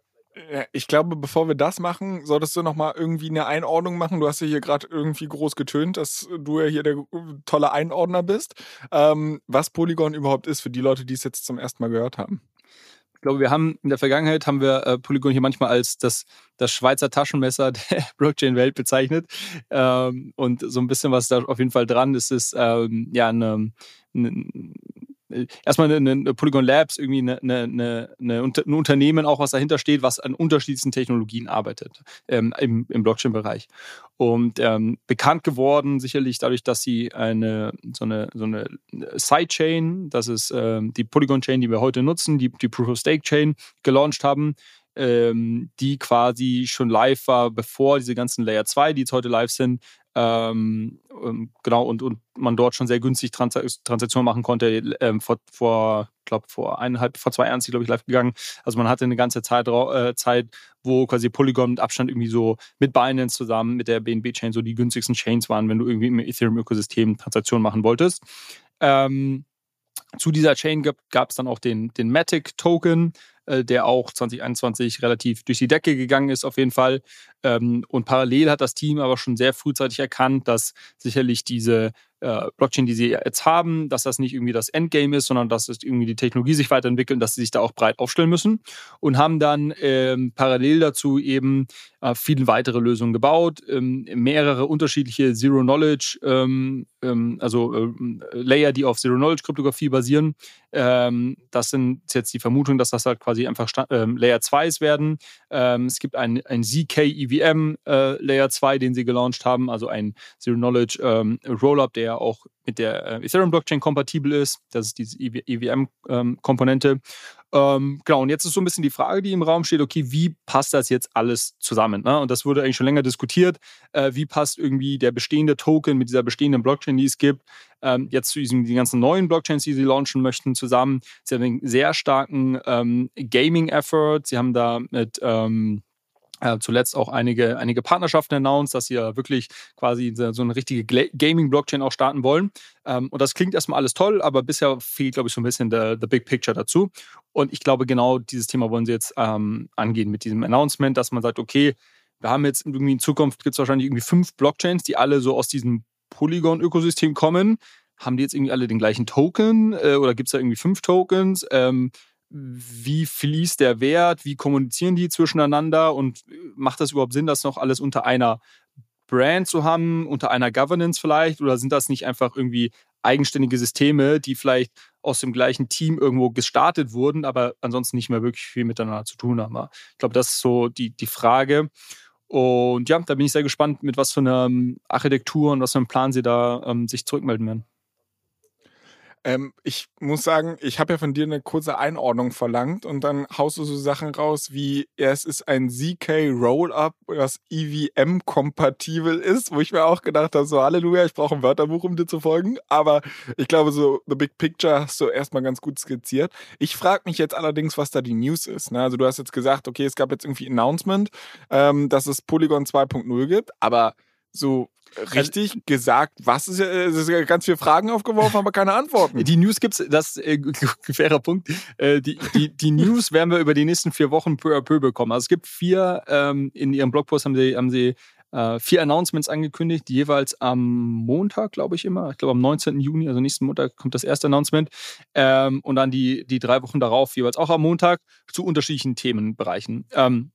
Ich glaube, bevor wir das machen, solltest du nochmal irgendwie eine Einordnung machen. Du hast ja hier gerade irgendwie groß getönt, dass du ja hier der tolle Einordner bist. Ähm, was Polygon überhaupt ist, für die Leute, die es jetzt zum ersten Mal gehört haben. Ich glaube, wir haben in der Vergangenheit haben wir äh, Polygon hier manchmal als das, das Schweizer Taschenmesser der Blockchain-Welt bezeichnet. Ähm, und so ein bisschen was da auf jeden Fall dran ist, ist ähm, ja eine, eine erstmal eine, eine Polygon Labs, irgendwie eine, eine, eine, ein Unternehmen auch, was dahinter steht, was an unterschiedlichsten Technologien arbeitet ähm, im, im Blockchain-Bereich. Und ähm, bekannt geworden sicherlich dadurch, dass sie eine so eine, so eine Sidechain, das ist ähm, die Polygon-Chain, die wir heute nutzen, die, die Proof-of-Stake-Chain gelauncht haben, ähm, die quasi schon live war, bevor diese ganzen Layer zwei, die jetzt heute live sind, Ähm, genau, und, und man dort schon sehr günstig Trans- Transaktionen machen konnte. Ähm, vor, vor, glaub, vor eineinhalb, vor zwei Jahren ist sie, glaube ich, live gegangen. Also man hatte eine ganze Zeit, äh, Zeit, wo quasi Polygon mit Abstand irgendwie so mit Binance zusammen, mit der B N B-Chain so die günstigsten Chains waren, wenn du irgendwie im Ethereum-Ökosystem Transaktionen machen wolltest. Ähm, zu dieser Chain gab es dann auch den, den Matic-Token, äh, der auch zwanzig einundzwanzig relativ durch die Decke gegangen ist, auf jeden Fall. Ähm, und parallel hat das Team aber schon sehr frühzeitig erkannt, dass sicherlich diese äh, Blockchain, die sie jetzt haben, dass das nicht irgendwie das Endgame ist, sondern dass es irgendwie die Technologie sich weiterentwickelt und dass sie sich da auch breit aufstellen müssen. Und haben dann ähm, parallel dazu eben äh, viele weitere Lösungen gebaut, ähm, mehrere unterschiedliche Zero-Knowledge, ähm, ähm, also ähm, Layer, die auf Zero-Knowledge-Kryptographie basieren. Ähm, das sind jetzt die Vermutung, dass das halt quasi einfach Sta- ähm, Layer zweis werden. Ähm, es gibt ein, ein Z K E V M äh, Layer zwei, den sie gelauncht haben, also ein Zero-Knowledge ähm, Rollup, der auch mit der äh, Ethereum-Blockchain kompatibel ist. Das ist diese E V M-Komponente. Ähm, genau, und jetzt ist so ein bisschen die Frage, die im Raum steht, okay, wie passt das jetzt alles zusammen? Ne? Und das wurde eigentlich schon länger diskutiert. Äh, wie passt irgendwie der bestehende Token mit dieser bestehenden Blockchain, die es gibt, ähm, jetzt zu diesen die ganzen neuen Blockchains, die sie launchen möchten, zusammen? Sie haben einen sehr starken ähm, Gaming-Effort. Sie haben da mit ähm, Äh, zuletzt auch einige, einige Partnerschaften announced, dass sie ja wirklich quasi so eine richtige Gaming-Blockchain auch starten wollen. Ähm, und das klingt erstmal alles toll, aber bisher fehlt, glaube ich, so ein bisschen the, the big picture dazu. Und ich glaube, genau dieses Thema wollen sie jetzt ähm, angehen mit diesem Announcement, dass man sagt, okay, wir haben jetzt irgendwie in Zukunft, gibt es wahrscheinlich irgendwie fünf Blockchains, die alle so aus diesem Polygon-Ökosystem kommen. Haben die jetzt irgendwie alle den gleichen Token äh, oder gibt es da irgendwie fünf Tokens? Ähm, Wie fließt der Wert? Wie kommunizieren die zwischeneinander? Und macht das überhaupt Sinn, das noch alles unter einer Brand zu haben, unter einer Governance vielleicht? Oder sind das nicht einfach irgendwie eigenständige Systeme, die vielleicht aus dem gleichen Team irgendwo gestartet wurden, aber ansonsten nicht mehr wirklich viel miteinander zu tun haben? Ich glaube, das ist so die, die Frage. Und ja, da bin ich sehr gespannt, mit was für einer Architektur und was für einem Plan sie da ähm, sich zurückmelden werden. Ähm, ich muss sagen, ich habe ja von dir eine kurze Einordnung verlangt und dann haust du so Sachen raus wie, ja, es ist ein Z K Rollup, das E V M-kompatibel ist, wo ich mir auch gedacht habe, so Halleluja, ich brauche ein Wörterbuch, um dir zu folgen. Aber ich glaube, so the big picture hast du erstmal ganz gut skizziert. Ich frage mich jetzt allerdings, was da die News ist. Ne? Also du hast jetzt gesagt, okay, es gab jetzt irgendwie Announcement, ähm, dass es Polygon zwei Punkt null gibt, aber so richtig also, gesagt, was ist ja, es ist ja ganz viele Fragen aufgeworfen, aber keine Antworten. Die News gibt's, das äh, fairer Punkt. Äh, die, die, die News werden wir über die nächsten vier Wochen peu à peu bekommen. Also es gibt vier, ähm, in ihrem Blogpost haben sie, haben sie äh, vier Announcements angekündigt, die jeweils am Montag, glaube ich immer, ich glaube am neunzehnten Juni, also nächsten Montag kommt das erste Announcement. Ähm, und dann die, die drei Wochen darauf jeweils auch am Montag zu unterschiedlichen Themenbereichen. Ähm,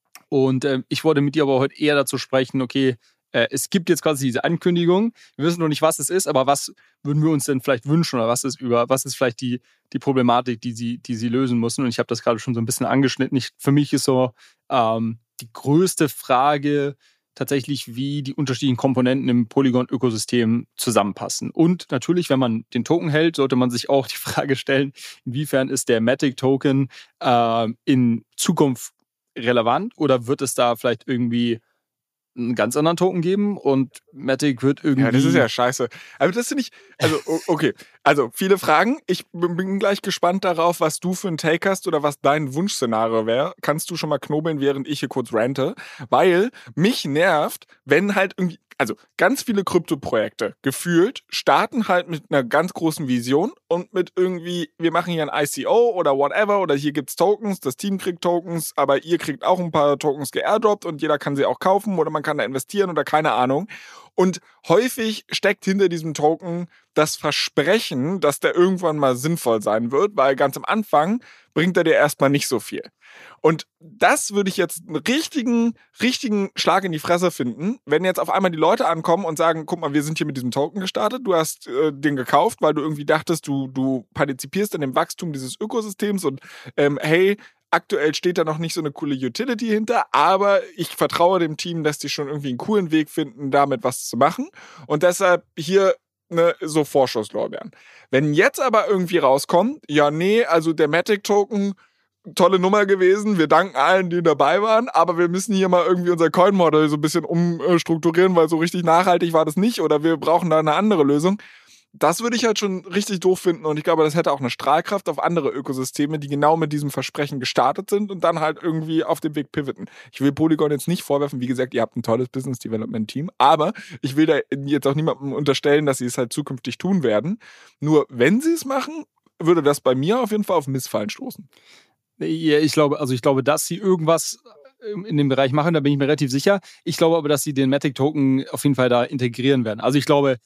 und äh, ich wollte mit dir aber heute eher dazu sprechen, okay, es gibt jetzt quasi diese Ankündigung. Wir wissen noch nicht, was es ist, aber was würden wir uns denn vielleicht wünschen oder was ist über, was ist vielleicht die, die Problematik, die sie, die sie lösen müssen? Und ich habe das gerade schon so ein bisschen angeschnitten. Ich, für mich ist so ähm, die größte Frage tatsächlich, wie die unterschiedlichen Komponenten im Polygon-Ökosystem zusammenpassen. Und natürlich, wenn man den Token hält, sollte man sich auch die Frage stellen, inwiefern ist der Matic-Token äh, in Zukunft relevant oder wird es da vielleicht irgendwie einen ganz anderen Token geben und Matic wird irgendwie... Ja, das ist ja scheiße. Aber das finde ich... Also, okay. Also, viele Fragen. Ich bin gleich gespannt darauf, was du für einen Take hast oder was dein Wunschszenario wäre. Kannst du schon mal knobeln, während ich hier kurz rante? Weil mich nervt, wenn halt irgendwie... Also, ganz viele Krypto-Projekte, gefühlt, starten halt mit einer ganz großen Vision und mit irgendwie, wir machen hier ein I C O oder whatever oder hier gibt's Tokens, das Team kriegt Tokens, aber ihr kriegt auch ein paar Tokens geairdroppt und jeder kann sie auch kaufen oder man kann da investieren oder keine Ahnung. Und häufig steckt hinter diesem Token das Versprechen, dass der irgendwann mal sinnvoll sein wird, weil ganz am Anfang bringt er dir erstmal nicht so viel. Und das würde ich jetzt einen richtigen, richtigen Schlag in die Fresse finden, wenn jetzt auf einmal die Leute ankommen und sagen, guck mal, wir sind hier mit diesem Token gestartet, du hast äh, den gekauft, weil du irgendwie dachtest, du, du partizipierst in dem Wachstum dieses Ökosystems und ähm, hey, aktuell steht da noch nicht so eine coole Utility hinter, aber ich vertraue dem Team, dass die schon irgendwie einen coolen Weg finden, damit was zu machen. Und deshalb hier ne, so Vorschusslorbeeren. Wenn jetzt aber irgendwie rauskommt, ja nee, also der Matic-Token, tolle Nummer gewesen, wir danken allen, die dabei waren, aber wir müssen hier mal irgendwie unser Coin-Model so ein bisschen umstrukturieren, weil so richtig nachhaltig war das nicht oder wir brauchen da eine andere Lösung. Das würde ich halt schon richtig doof finden und ich glaube, das hätte auch eine Strahlkraft auf andere Ökosysteme, die genau mit diesem Versprechen gestartet sind und dann halt irgendwie auf dem Weg pivoten. Ich will Polygon jetzt nicht vorwerfen, wie gesagt, ihr habt ein tolles Business Development Team, aber ich will da jetzt auch niemandem unterstellen, dass sie es halt zukünftig tun werden. Nur wenn sie es machen, würde das bei mir auf jeden Fall auf Missfallen stoßen. Ja, ich glaube, also ich glaube, dass sie irgendwas in dem Bereich machen, da bin ich mir relativ sicher. Ich glaube aber, dass sie den Matic-Token auf jeden Fall da integrieren werden. Also ich glaube,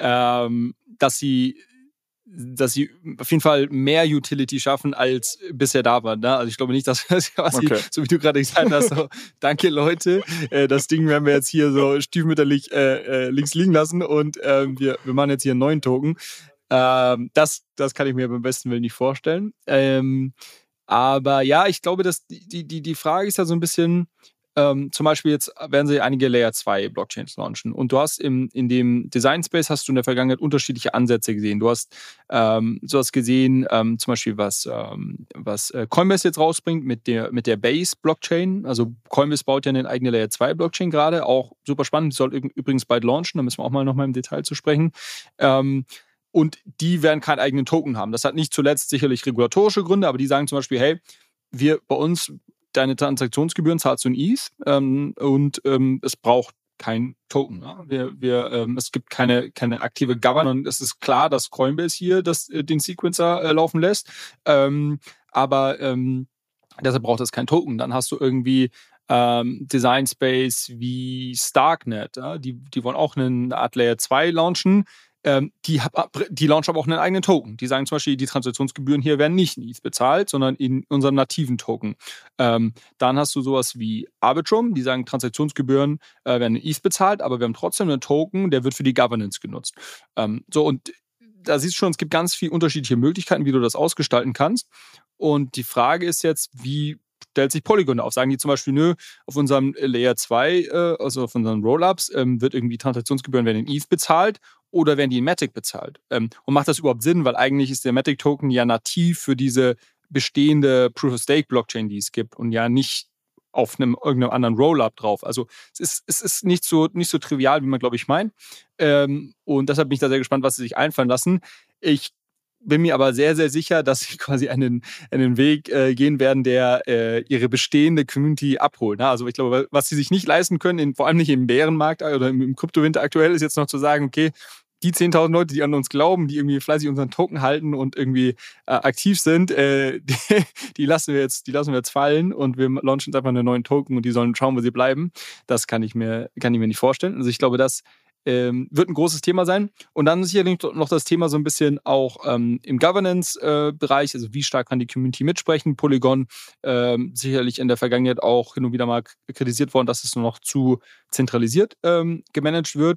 ähm, dass sie dass sie auf jeden Fall mehr Utility schaffen, als bisher da war. Ne? Also ich glaube nicht, dass was okay. sie, so wie du gerade gesagt hast, so, danke Leute, äh, das Ding werden wir jetzt hier so stiefmütterlich äh, äh, links liegen lassen und äh, wir, wir machen jetzt hier einen neuen Token. Ähm, das, das kann ich mir beim besten Willen nicht vorstellen. Ähm, aber ja, ich glaube, dass die, die, die Frage ist ja so ein bisschen, Ähm, zum Beispiel jetzt werden sie einige Layer zwei Blockchains launchen. Und du hast im, in dem Design Space hast du in der Vergangenheit unterschiedliche Ansätze gesehen. Du hast, ähm, du hast gesehen, ähm, zum Beispiel, was, ähm, was äh, Coinbase jetzt rausbringt mit der, mit der Base Blockchain. Also Coinbase baut ja eine eigene Layer zwei Blockchain gerade. Auch super spannend. Die soll übrigens bald launchen. Da müssen wir auch mal nochmal im Detail zu sprechen. Ähm, und die werden keinen eigenen Token haben. Das hat nicht zuletzt sicherlich regulatorische Gründe, aber die sagen zum Beispiel, hey, wir bei uns deine Transaktionsgebühren zahlst du in E T H ähm, und ähm, es braucht kein Token. Ja? Wir, wir, ähm, es gibt keine, keine aktive Governance. Es ist klar, dass Coinbase hier das, äh, den Sequencer äh, laufen lässt, ähm, aber ähm, deshalb braucht es kein Token. Dann hast du irgendwie ähm, Design Space wie Starknet. Ja? Die, die wollen auch eine Art Layer zwei launchen. Ähm, die, die launchen aber auch einen eigenen Token. Die sagen zum Beispiel, die Transaktionsgebühren hier werden nicht in E T H bezahlt, sondern in unserem nativen Token. Ähm, dann hast du sowas wie Arbitrum, die sagen, Transaktionsgebühren äh, werden in E T H bezahlt, aber wir haben trotzdem einen Token, der wird für die Governance genutzt. Ähm, so, und da siehst du schon, es gibt ganz viele unterschiedliche Möglichkeiten, wie du das ausgestalten kannst. Und die Frage ist jetzt, wie stellt sich Polygon auf? Sagen die zum Beispiel, nö, auf unserem Layer zwei, äh, also auf unseren Rollups, ähm, wird irgendwie Transaktionsgebühren werden in E T H bezahlt oder werden die in Matic bezahlt? Ähm, und macht das überhaupt Sinn? Weil eigentlich ist der Matic-Token ja nativ für diese bestehende Proof-of-Stake-Blockchain, die es gibt und ja nicht auf einem irgendeinem anderen Rollup drauf. Also es ist, es ist nicht so, nicht so trivial, wie man, glaube ich, meint. Ähm, und deshalb bin ich da sehr gespannt, was sie sich einfallen lassen. Ich bin mir aber sehr, sehr sicher, dass sie quasi einen, einen Weg äh, gehen werden, der äh, ihre bestehende Community abholt. Ne? Also ich glaube, was sie sich nicht leisten können, in, vor allem nicht im Bärenmarkt oder im, im Kryptowinter aktuell, ist jetzt noch zu sagen, okay, die zehntausend Leute, die an uns glauben, die irgendwie fleißig unseren Token halten und irgendwie äh, aktiv sind, äh, die, die, lassen wir jetzt, die lassen wir jetzt fallen und wir launchen jetzt einfach einen neuen Token und die sollen schauen, wo sie bleiben. Das kann ich mir, kann ich mir nicht vorstellen. Also ich glaube, das ähm, wird ein großes Thema sein. Und dann sicherlich noch das Thema so ein bisschen auch ähm, im Governance-Bereich, äh, also wie stark kann die Community mitsprechen. Polygon ähm, sicherlich in der Vergangenheit auch hin und wieder mal kritisiert worden, dass es nur noch zu zentralisiert ähm, gemanagt wird.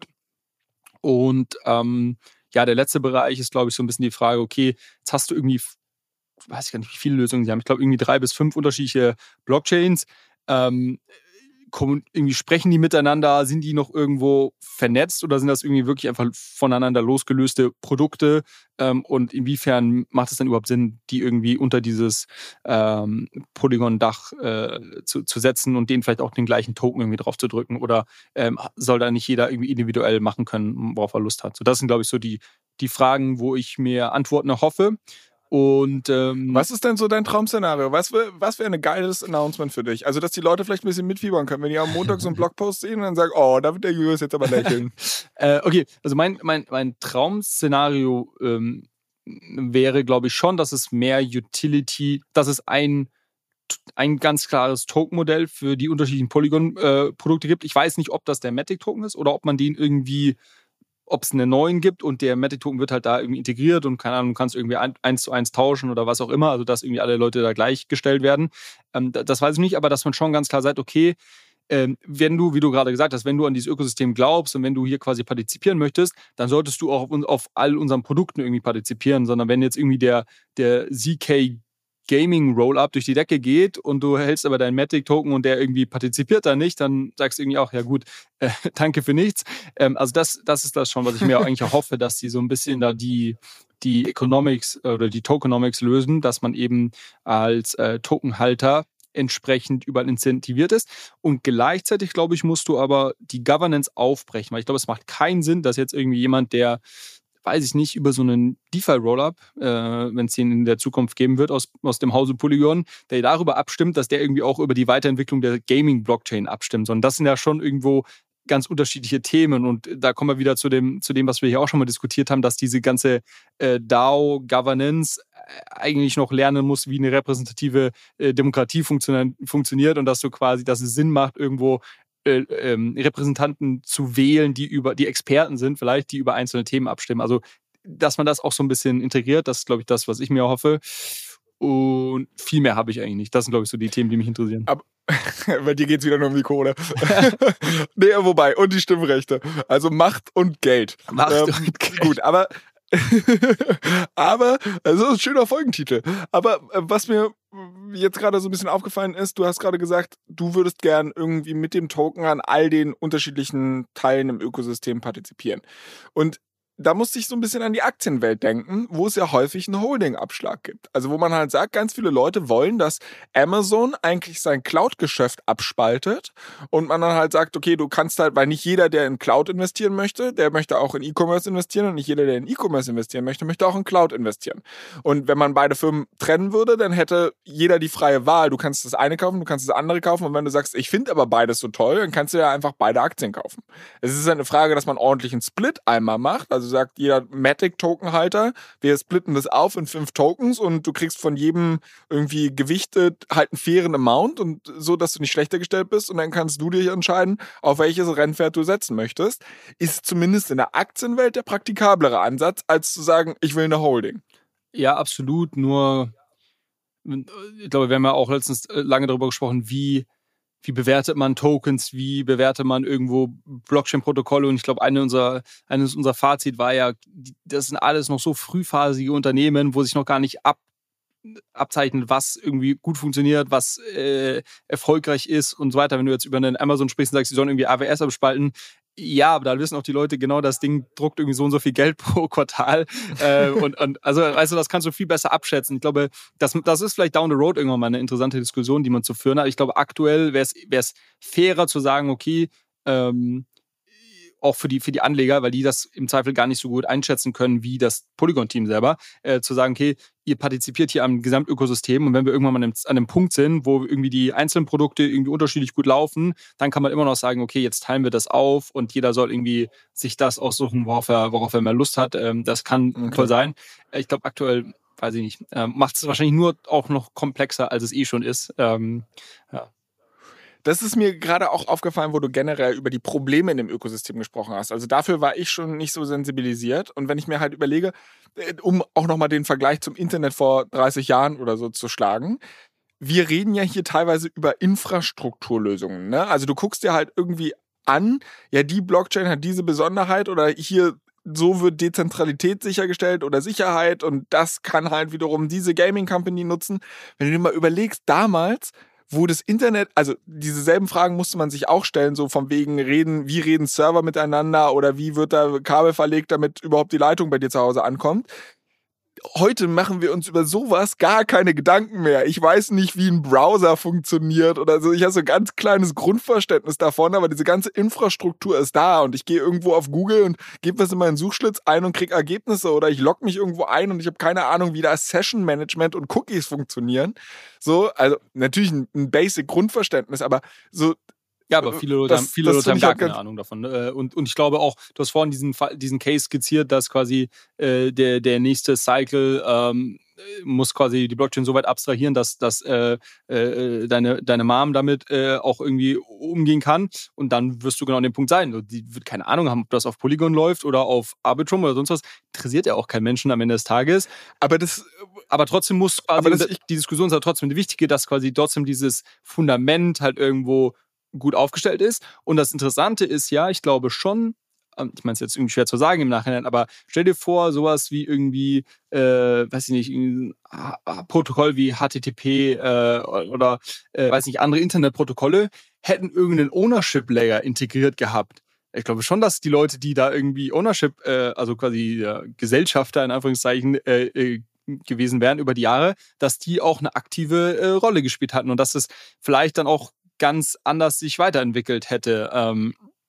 Und ähm, ja, der letzte Bereich ist, glaube ich, so ein bisschen die Frage, okay, jetzt hast du irgendwie, weiß ich gar nicht, wie viele Lösungen sie haben. Ich glaube, irgendwie drei bis fünf unterschiedliche Blockchains. Ähm, irgendwie sprechen die miteinander? Sind die noch irgendwo vernetzt oder sind das irgendwie wirklich einfach voneinander losgelöste Produkte? Ähm, und inwiefern macht es dann überhaupt Sinn, die irgendwie unter dieses ähm, Polygon-Dach äh, zu, zu setzen und denen vielleicht auch den gleichen Token irgendwie drauf zu drücken? Oder ähm, soll da nicht jeder irgendwie individuell machen können, worauf er Lust hat? So, das sind, glaube ich, so die, die Fragen, wo ich mir Antworten erhoffe. Und ähm, was ist denn so dein Traum-Szenario? Was, was wäre ein geiles Announcement für dich? Also, dass die Leute vielleicht ein bisschen mitfiebern können, wenn die am Montag so einen Blogpost sehen und dann sagen, oh, da wird der Julius jetzt aber lächeln. äh, okay, also mein, mein, mein Traum-Szenario ähm, wäre, glaube ich, schon, dass es mehr Utility, dass es ein ein ganz klares Token-Modell für die unterschiedlichen Polygon-Produkte äh, gibt. Ich weiß nicht, ob das der Matic-Token ist oder ob man den irgendwie ob es einen neuen gibt und der Matic-Token wird halt da irgendwie integriert und keine Ahnung, du kannst irgendwie eins zu eins tauschen oder was auch immer, also dass irgendwie alle Leute da gleichgestellt werden. Ähm, das weiß ich nicht, aber dass man schon ganz klar sagt, okay, ähm, wenn du, wie du gerade gesagt hast, wenn du an dieses Ökosystem glaubst und wenn du hier quasi partizipieren möchtest, dann solltest du auch auf, auf all unseren Produkten irgendwie partizipieren, sondern wenn jetzt irgendwie der, der Z K Gaming Rollup durch die Decke geht und du hältst aber deinen Matic-Token und der irgendwie partizipiert da nicht, dann sagst du irgendwie auch, ja gut, äh, danke für nichts. Ähm, also das, das ist das schon, was ich mir eigentlich auch hoffe, dass die so ein bisschen da die, die Economics oder die Tokenomics lösen, dass man eben als äh, Tokenhalter entsprechend überall incentiviert ist. Und gleichzeitig, glaube ich, musst du aber die Governance aufbrechen, weil ich glaube, es macht keinen Sinn, dass jetzt irgendwie jemand, der weiß ich nicht, über so einen DeFi-Rollup, äh, wenn es den in der Zukunft geben wird, aus, aus dem Hause Polygon, der darüber abstimmt, dass der irgendwie auch über die Weiterentwicklung der Gaming-Blockchain abstimmt. Und das sind ja schon irgendwo ganz unterschiedliche Themen. Und da kommen wir wieder zu dem, zu dem, was wir hier auch schon mal diskutiert haben, dass diese ganze äh, DAO-Governance eigentlich noch lernen muss, wie eine repräsentative äh, Demokratie funktio- funktioniert und dass du quasi, dass es Sinn macht, irgendwo äh, ähm, Repräsentanten zu wählen, die über die Experten sind, vielleicht, die über einzelne Themen abstimmen. Also, dass man das auch so ein bisschen integriert, das ist, glaube ich, das, was ich mir hoffe. Und viel mehr habe ich eigentlich nicht. Das sind, glaube ich, so die Themen, die mich interessieren. Aber bei dir geht es wieder nur um die Kohle. Nee, wobei, und die Stimmrechte. Also Macht und Geld. Macht ähm, und Geld. Gut, aber aber, also das ist ein schöner Folgentitel. Aber äh, was mir jetzt gerade so ein bisschen aufgefallen ist, du hast gerade gesagt, du würdest gern irgendwie mit dem Token an all den unterschiedlichen Teilen im Ökosystem partizipieren. Und da musste ich so ein bisschen an die Aktienwelt denken, wo es ja häufig einen Holding-Abschlag gibt. Also wo man halt sagt, ganz viele Leute wollen, dass Amazon eigentlich sein Cloud-Geschäft abspaltet und man dann halt sagt, okay, du kannst halt, weil nicht jeder, der in Cloud investieren möchte, der möchte auch in E-Commerce investieren und nicht jeder, der in E-Commerce investieren möchte, möchte auch in Cloud investieren. Und wenn man beide Firmen trennen würde, dann hätte jeder die freie Wahl. Du kannst das eine kaufen, du kannst das andere kaufen und wenn du sagst, ich finde aber beides so toll, dann kannst du ja einfach beide Aktien kaufen. Es ist eine Frage, dass man ordentlich einen Split einmal macht, also sagt jeder Matic-Token-Halter, wir splitten das auf in fünf Tokens und du kriegst von jedem irgendwie gewichtet halt einen fairen Amount und so, dass du nicht schlechter gestellt bist und dann kannst du dich entscheiden, auf welches Rennpferd du setzen möchtest. Ist zumindest in der Aktienwelt der praktikablere Ansatz, als zu sagen, ich will eine Holding. Ja, absolut. Nur, ich glaube, wir haben ja auch letztens lange darüber gesprochen, wie Wie bewertet man Tokens? Wie bewertet man irgendwo Blockchain-Protokolle? Und ich glaube, eine unserer, eines unserer Fazit war ja, das sind alles noch so frühphasige Unternehmen, wo sich noch gar nicht ab, abzeichnet, was irgendwie gut funktioniert, was äh, erfolgreich ist und so weiter. Wenn du jetzt über einen Amazon sprichst und sagst, die sollen irgendwie A W S abspalten, ja, aber da wissen auch die Leute genau, das Ding druckt irgendwie so und so viel Geld pro Quartal. äh, und, und also, also das kannst du viel besser abschätzen. Ich glaube, das, das ist vielleicht down the road irgendwann mal eine interessante Diskussion, die man zu führen hat. Ich glaube, aktuell wäre es fairer zu sagen, okay, ähm, auch für die, für die Anleger, weil die das im Zweifel gar nicht so gut einschätzen können wie das Polygon-Team selber, äh, zu sagen, okay, ihr partizipiert hier am Gesamtökosystem und wenn wir irgendwann mal an einem Punkt sind, wo irgendwie die einzelnen Produkte irgendwie unterschiedlich gut laufen, dann kann man immer noch sagen, okay, jetzt teilen wir das auf und jeder soll irgendwie sich das aussuchen, worauf er, worauf er mehr Lust hat. Ähm, das kann okay. toll sein. Ich glaube, aktuell, weiß ich nicht, ähm, macht es wahrscheinlich nur auch noch komplexer, als es eh schon ist. Ähm, ja. Das ist mir gerade auch aufgefallen, wo du generell über die Probleme in dem Ökosystem gesprochen hast. Also dafür war ich schon nicht so sensibilisiert. Und wenn ich mir halt überlege, um auch nochmal den Vergleich zum Internet vor dreißig Jahren oder so zu schlagen, wir reden ja hier teilweise über Infrastrukturlösungen. Ne? Also du guckst dir halt irgendwie an, ja, die Blockchain hat diese Besonderheit oder hier so wird Dezentralität sichergestellt oder Sicherheit und das kann halt wiederum diese Gaming Company nutzen. Wenn du dir mal überlegst, damals wo das Internet, also diese selben Fragen musste man sich auch stellen, so von wegen reden, wie reden Server miteinander oder wie wird da Kabel verlegt, damit überhaupt die Leitung bei dir zu Hause ankommt. Heute machen wir uns über sowas gar keine Gedanken mehr. Ich weiß nicht, wie ein Browser funktioniert oder so. Ich habe so ein ganz kleines Grundverständnis davon, aber diese ganze Infrastruktur ist da und ich gehe irgendwo auf Google und gebe was in meinen Suchschlitz ein und kriege Ergebnisse oder ich logge mich irgendwo ein und ich habe keine Ahnung, wie da Session Management und Cookies funktionieren. So, also natürlich ein, ein Basic Grundverständnis, aber so. Ja, aber viele Leute das, haben, viele Leute haben gar keine Ahnung davon. Und, und ich glaube auch, du hast vorhin diesen, diesen Case skizziert, dass quasi äh, der, der nächste Cycle ähm, muss quasi die Blockchain so weit abstrahieren, dass, dass äh, äh, deine, deine Mom damit äh, auch irgendwie umgehen kann. Und dann wirst du genau an dem Punkt sein. Die wird keine Ahnung haben, ob das auf Polygon läuft oder auf Arbitrum oder sonst was. Interessiert ja auch keinen Menschen am Ende des Tages. Aber das... Aber trotzdem muss quasi, aber das, die Diskussion ist ja trotzdem die wichtige, dass quasi trotzdem dieses Fundament halt irgendwo gut aufgestellt ist. Und das Interessante ist ja, ich glaube schon, ich meine es jetzt irgendwie schwer zu sagen im Nachhinein, aber stell dir vor, sowas wie irgendwie, äh, weiß ich nicht, ein Protokoll wie H T T P äh, oder, äh, weiß nicht, andere Internetprotokolle hätten irgendeinen Ownership-Layer integriert gehabt. Ich glaube schon, dass die Leute, die da irgendwie Ownership, äh, also quasi ja, Gesellschafter in Anführungszeichen, äh, äh, gewesen wären über die Jahre, dass die auch eine aktive äh, Rolle gespielt hatten und dass es vielleicht dann auch ganz anders sich weiterentwickelt hätte. Ähm,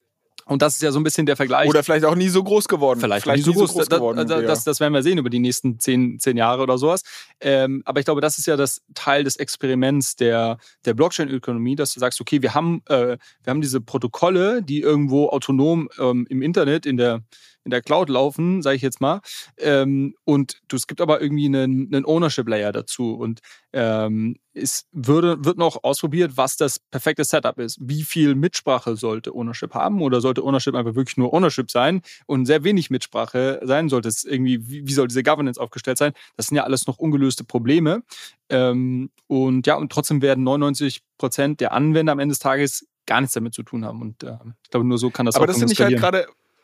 Und das ist ja so ein bisschen der Vergleich. Oder vielleicht auch nie so groß geworden. Vielleicht, vielleicht nie so groß, so groß da, geworden. Da, das, das werden wir sehen über die nächsten zehn, zehn Jahre oder sowas. Ähm, aber ich glaube, das ist ja das Teil des Experiments der, der Blockchain-Ökonomie, dass du sagst, okay, wir haben, äh, wir haben diese Protokolle, die irgendwo autonom ähm, im Internet, in der in der Cloud laufen, sage ich jetzt mal. Ähm, und du, es gibt aber irgendwie einen, einen Ownership-Layer dazu. Und ähm, es würde, wird noch ausprobiert, was das perfekte Setup ist. Wie viel Mitsprache sollte Ownership haben? Oder sollte Ownership einfach wirklich nur Ownership sein und sehr wenig Mitsprache sein? Sollte es irgendwie, wie, wie soll diese Governance aufgestellt sein? Das sind ja alles noch ungelöste Probleme. Ähm, und ja, und trotzdem werden neunundneunzig Prozent der Anwender am Ende des Tages gar nichts damit zu tun haben. Und äh, ich glaube, nur so kann das aber auch das finde ich halt gerade.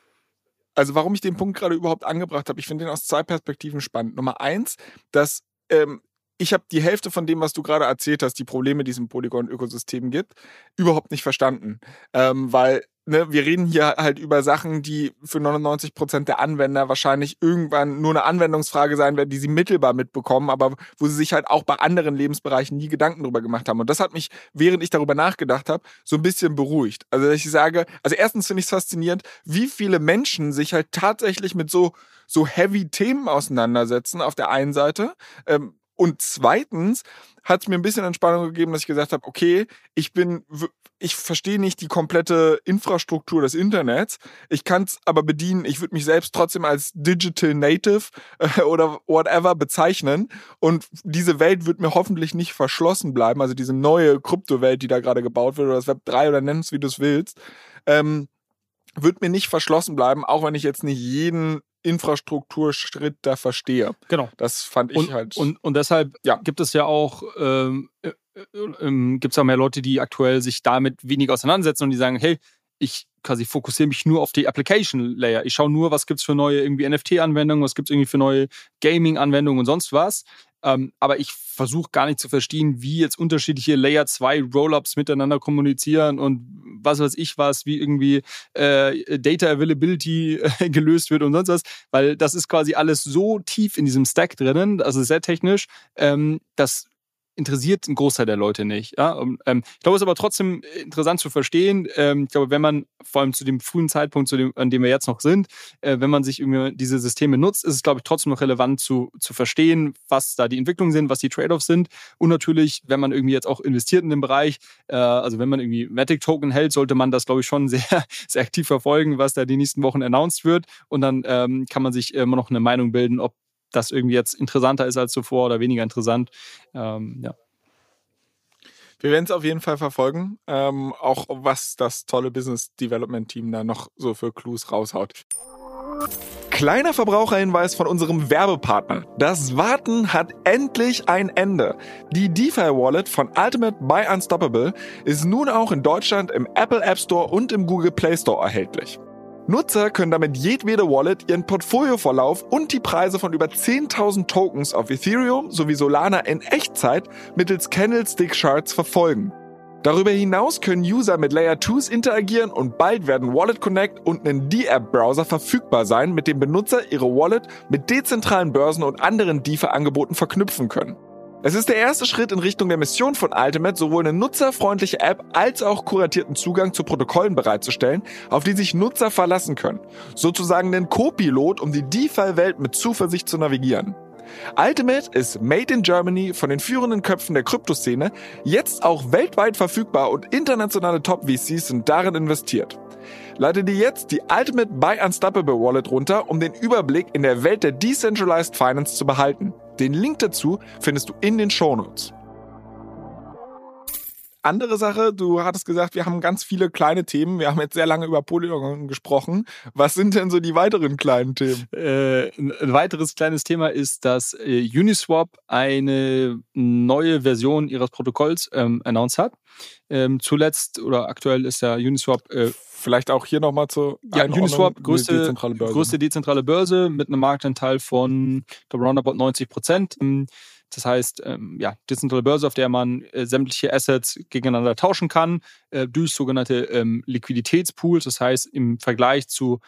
Also warum ich den Punkt gerade überhaupt angebracht habe, ich finde den aus zwei Perspektiven spannend. Nummer eins, dass ähm, ich habe die Hälfte von dem, was du gerade erzählt hast, die Probleme, die es im Polygon-Ökosystem gibt, überhaupt nicht verstanden. Ähm, weil ne, wir reden hier halt über Sachen, die für neunundneunzig Prozent der Anwender wahrscheinlich irgendwann nur eine Anwendungsfrage sein werden, die sie mittelbar mitbekommen, aber wo sie sich halt auch bei anderen Lebensbereichen nie Gedanken drüber gemacht haben. Und das hat mich, während ich darüber nachgedacht habe, so ein bisschen beruhigt. Also dass ich sage, also erstens finde ich es faszinierend, wie viele Menschen sich halt tatsächlich mit so, so heavy Themen auseinandersetzen auf der einen Seite. Ähm, Und zweitens hat es mir ein bisschen Entspannung gegeben, dass ich gesagt habe, okay, ich bin, ich verstehe nicht die komplette Infrastruktur des Internets. Ich kann es aber bedienen. Ich würde mich selbst trotzdem als Digital Native äh, oder whatever bezeichnen. Und diese Welt wird mir hoffentlich nicht verschlossen bleiben. Also diese neue Kryptowelt, die da gerade gebaut wird, oder das Web drei oder nenn es, wie du es willst, ähm, wird mir nicht verschlossen bleiben, auch wenn ich jetzt nicht jeden Infrastrukturschritt da verstehe. Genau. Das fand ich und, halt. Und, und deshalb ja. gibt es ja auch ähm, äh, äh, gibt es auch mehr Leute, die aktuell sich damit weniger auseinandersetzen und die sagen, hey, ich quasi fokussiere mich nur auf die Application Layer. Ich schaue nur, was gibt es für neue irgendwie N F T-Anwendungen, was gibt es irgendwie für neue Gaming-Anwendungen und sonst was. Ähm, aber ich versuche gar nicht zu verstehen, wie jetzt unterschiedliche Layer zwei Rollups miteinander kommunizieren und was weiß ich was, wie irgendwie äh, Data Availability äh, gelöst wird und sonst was, weil das ist quasi alles so tief in diesem Stack drinnen, also sehr technisch, ähm, dass interessiert einen Großteil der Leute nicht. Ja? Und, ähm, ich glaube, es ist aber trotzdem interessant zu verstehen. Ähm, ich glaube, wenn man, vor allem zu dem frühen Zeitpunkt, zu dem, an dem wir jetzt noch sind, äh, wenn man sich irgendwie diese Systeme nutzt, ist es, glaube ich, trotzdem noch relevant zu, zu verstehen, was da die Entwicklungen sind, was die Trade-offs sind. Und natürlich, wenn man irgendwie jetzt auch investiert in den Bereich, äh, also wenn man irgendwie Matic-Token hält, sollte man das, glaube ich, schon sehr, sehr aktiv verfolgen, was da die nächsten Wochen announced wird. Und dann ähm, kann man sich immer noch eine Meinung bilden, ob das irgendwie jetzt interessanter ist als zuvor oder weniger interessant. Ähm, ja. Wir werden es auf jeden Fall verfolgen, ähm, auch was das tolle Business Development Team da noch so für Clues raushaut. Kleiner Verbraucherhinweis von unserem Werbepartner. Das Warten hat endlich ein Ende. Die DeFi-Wallet von Ultimate by Unstoppable ist nun auch in Deutschland im Apple App Store und im Google Play Store erhältlich. Nutzer können damit jedwede Wallet ihren Portfolioverlauf und die Preise von über zehntausend Tokens auf Ethereum sowie Solana in Echtzeit mittels Candlestick Charts verfolgen. Darüber hinaus können User mit Layer twos interagieren und bald werden Wallet Connect und ein D-App-Browser verfügbar sein, mit dem Benutzer ihre Wallet mit dezentralen Börsen und anderen DeFi-Angeboten verknüpfen können. Es ist der erste Schritt in Richtung der Mission von Ultimate, sowohl eine nutzerfreundliche App als auch kuratierten Zugang zu Protokollen bereitzustellen, auf die sich Nutzer verlassen können. Sozusagen einen Co-Pilot, um die DeFi-Welt mit Zuversicht zu navigieren. Ultimate ist made in Germany von den führenden Köpfen der Kryptoszene, jetzt auch weltweit verfügbar und internationale Top-V Cs sind darin investiert. Lade dir jetzt die Ultimate by Unstoppable Wallet runter, um den Überblick in der Welt der Decentralized Finance zu behalten. Den Link dazu findest du in den Shownotes. Andere Sache, du hattest gesagt, wir haben ganz viele kleine Themen. Wir haben jetzt sehr lange über Polygon gesprochen. Was sind denn so die weiteren kleinen Themen? Äh, ein weiteres kleines Thema ist, dass äh, Uniswap eine neue Version ihres Protokolls ähm, announced hat. Ähm, zuletzt oder aktuell ist ja Uniswap äh, vielleicht auch hier nochmal zur ja, Uniswap, größte dezentrale, Börse. größte dezentrale Börse mit einem Marktanteil von roundabout neunzig Prozent. Das heißt, ähm, ja, dezentrale Börse, auf der man äh, sämtliche Assets gegeneinander tauschen kann, äh, durch sogenannte ähm, Liquiditätspools. Das heißt, im Vergleich zu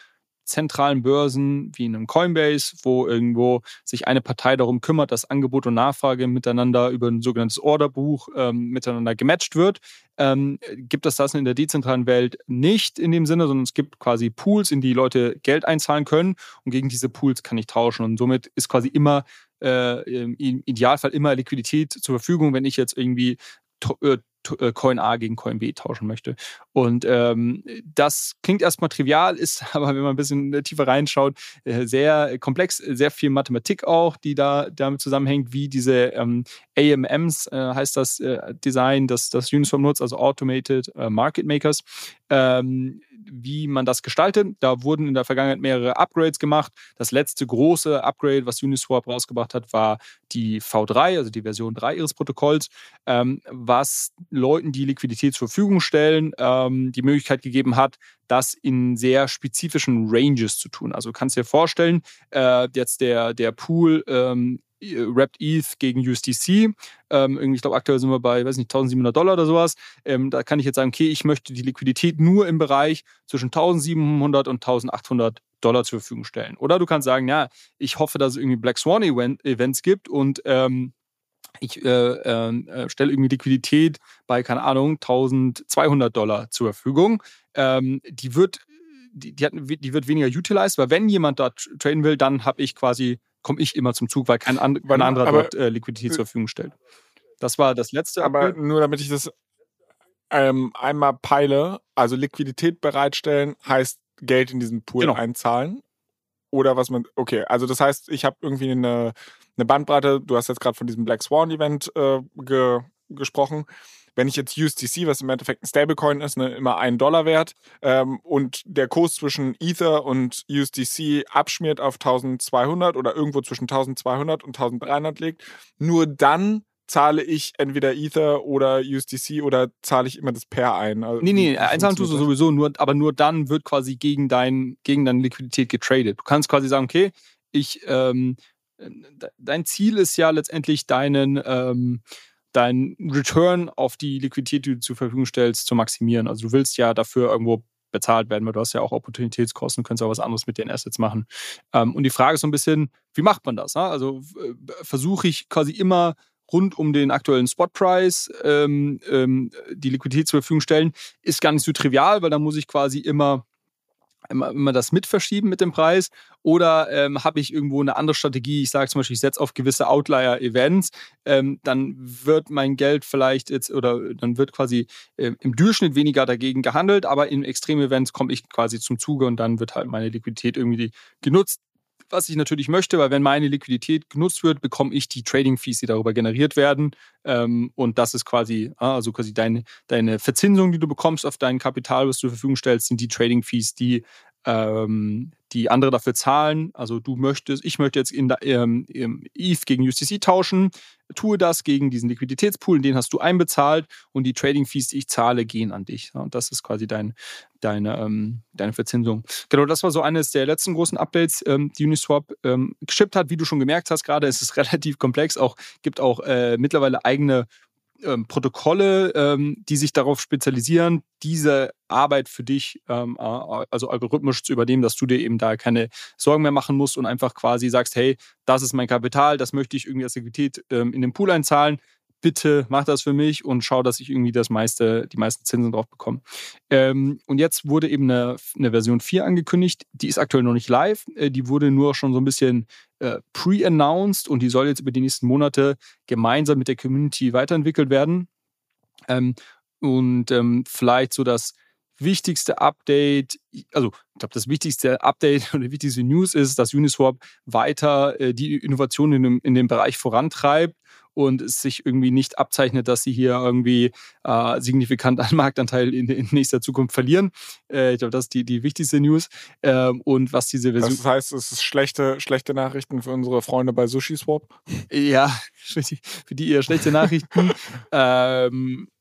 zentralen Börsen wie einem Coinbase, wo irgendwo sich eine Partei darum kümmert, dass Angebot und Nachfrage miteinander über ein sogenanntes Orderbuch ähm, miteinander gematcht wird, ähm, gibt es das in der dezentralen Welt nicht in dem Sinne, sondern es gibt quasi Pools, in die Leute Geld einzahlen können und gegen diese Pools kann ich tauschen und somit ist quasi immer äh, im Idealfall immer Liquidität zur Verfügung, wenn ich jetzt irgendwie to- äh, Coin A gegen Coin B tauschen möchte. Und ähm, das klingt erstmal trivial, ist aber, wenn man ein bisschen tiefer reinschaut, äh, sehr komplex, sehr viel Mathematik auch, die da damit zusammenhängt, wie diese ähm, A M Ms, äh, heißt das äh, Design, das, das Uniswap nutzt, also Automated äh, Market Makers, ähm, wie man das gestaltet. Da wurden in der Vergangenheit mehrere Upgrades gemacht. Das letzte große Upgrade, was Uniswap rausgebracht hat, war die V drei, also die Version drei ihres Protokolls, ähm, was Leuten, die Liquidität zur Verfügung stellen, ähm, die Möglichkeit gegeben hat, das in sehr spezifischen Ranges zu tun. Also du kannst dir vorstellen, äh, jetzt der, der Pool ähm, Wrapped E T H gegen U S D C. Ähm, irgendwie, ich glaube, aktuell sind wir bei, weiß nicht, eintausendsiebenhundert Dollar oder sowas. Ähm, da kann ich jetzt sagen, okay, ich möchte die Liquidität nur im Bereich zwischen eintausendsiebenhundert und eintausendachthundert Dollar zur Verfügung stellen. Oder du kannst sagen, ja, ich hoffe, dass es irgendwie Black Swan Event, Events gibt und ähm, ich äh, äh, stelle irgendwie Liquidität bei, keine Ahnung, eintausendzweihundert Dollar zur Verfügung. Ähm, die wird die, die, hat, die wird weniger utilized, weil wenn jemand dort traden will, dann habe ich quasi komme ich immer zum Zug, weil kein, and, kein anderer aber, dort äh, Liquidität zur Verfügung stellt. Das war das letzte Aber Upgrade. nur damit ich das ähm, einmal peile, also Liquidität bereitstellen heißt Geld in diesen Pool genau. einzahlen. Oder was man, okay, also das heißt, ich habe irgendwie eine, eine Bandbreite, du hast jetzt gerade von diesem Black Swan Event äh, ge, gesprochen. Wenn ich jetzt U S D C, was im Endeffekt ein Stablecoin ist, ne, immer einen Dollar wert ähm, und der Kurs zwischen Ether und U S D C abschmiert auf eintausendzweihundert oder irgendwo zwischen eintausendzweihundert und eintausenddreihundert liegt, nur dann zahle ich entweder Ether oder U S D C oder zahle ich immer das Pair ein? Also nee, nee, einzahlen tust du sowieso, nur, aber nur dann wird quasi gegen, dein, gegen deine Liquidität getradet. Du kannst quasi sagen, okay, ich, ähm, dein Ziel ist ja letztendlich deinen, ähm, dein Return auf die Liquidität, die du zur Verfügung stellst, zu maximieren. Also du willst ja dafür irgendwo bezahlt werden, weil du hast ja auch Opportunitätskosten, du könntest auch was anderes mit den Assets machen. Ähm, und die Frage ist so ein bisschen, wie macht man das? Ne? Also äh, versuche ich quasi immer rund um den aktuellen Spot-Price ähm, ähm, die Liquidität zur Verfügung stellen, ist gar nicht so trivial, weil da muss ich quasi immer immer, immer das mitverschieben mit dem Preis oder ähm, habe ich irgendwo eine andere Strategie, ich sage zum Beispiel, ich setze auf gewisse Outlier-Events, ähm, dann wird mein Geld vielleicht jetzt oder dann wird quasi äh, im Durchschnitt weniger dagegen gehandelt, aber in Extrem-Events komme ich quasi zum Zuge und dann wird halt meine Liquidität irgendwie genutzt. Was ich natürlich möchte, weil wenn meine Liquidität genutzt wird, bekomme ich die Trading-Fees, die darüber generiert werden. Ähm, und das ist quasi, also quasi deine, deine Verzinsung, die du bekommst auf dein Kapital, was du zur Verfügung stellst, sind die Trading-Fees, die, ähm, die andere dafür zahlen. Also du möchtest, ich möchte jetzt in der, ähm, E T H gegen U S D C tauschen, tue das gegen diesen Liquiditätspool, den hast du einbezahlt und die Trading-Fees, die ich zahle, gehen an dich. Und das ist quasi dein, deine, ähm, deine Verzinsung. Genau, das war so eines der letzten großen Updates, ähm, die Uniswap ähm, geschippt hat. Wie du schon gemerkt hast gerade, ist es relativ komplex. Auch gibt auch äh, mittlerweile eigene ähm, Protokolle, ähm, die sich darauf spezialisieren, diese Arbeit für dich, ähm, also algorithmisch zu übernehmen, dass du dir eben da keine Sorgen mehr machen musst und einfach quasi sagst, hey, das ist mein Kapital, das möchte ich irgendwie als Liquidität ähm, in den Pool einzahlen. Bitte mach das für mich und schau, dass ich irgendwie das meiste, die meisten Zinsen drauf bekomme. Ähm, und jetzt wurde eben eine, eine Version vier angekündigt, die ist aktuell noch nicht live, äh, die wurde nur schon so ein bisschen äh, pre-announced und die soll jetzt über die nächsten Monate gemeinsam mit der Community weiterentwickelt werden. Ähm, und ähm, vielleicht so das wichtigste Update, also ich glaube, das wichtigste Update oder die wichtigste News ist, dass Uniswap weiter äh, die Innovation in dem, in dem Bereich vorantreibt und es sich irgendwie nicht abzeichnet, dass sie hier irgendwie äh, signifikant an Marktanteil in, in nächster Zukunft verlieren. Äh, ich glaube, das ist die, die wichtigste News. Ähm, und was diese Version... Das heißt, es ist schlechte, schlechte Nachrichten für unsere Freunde bei SushiSwap? Ja, für die, für die eher schlechte Nachrichten. ähm,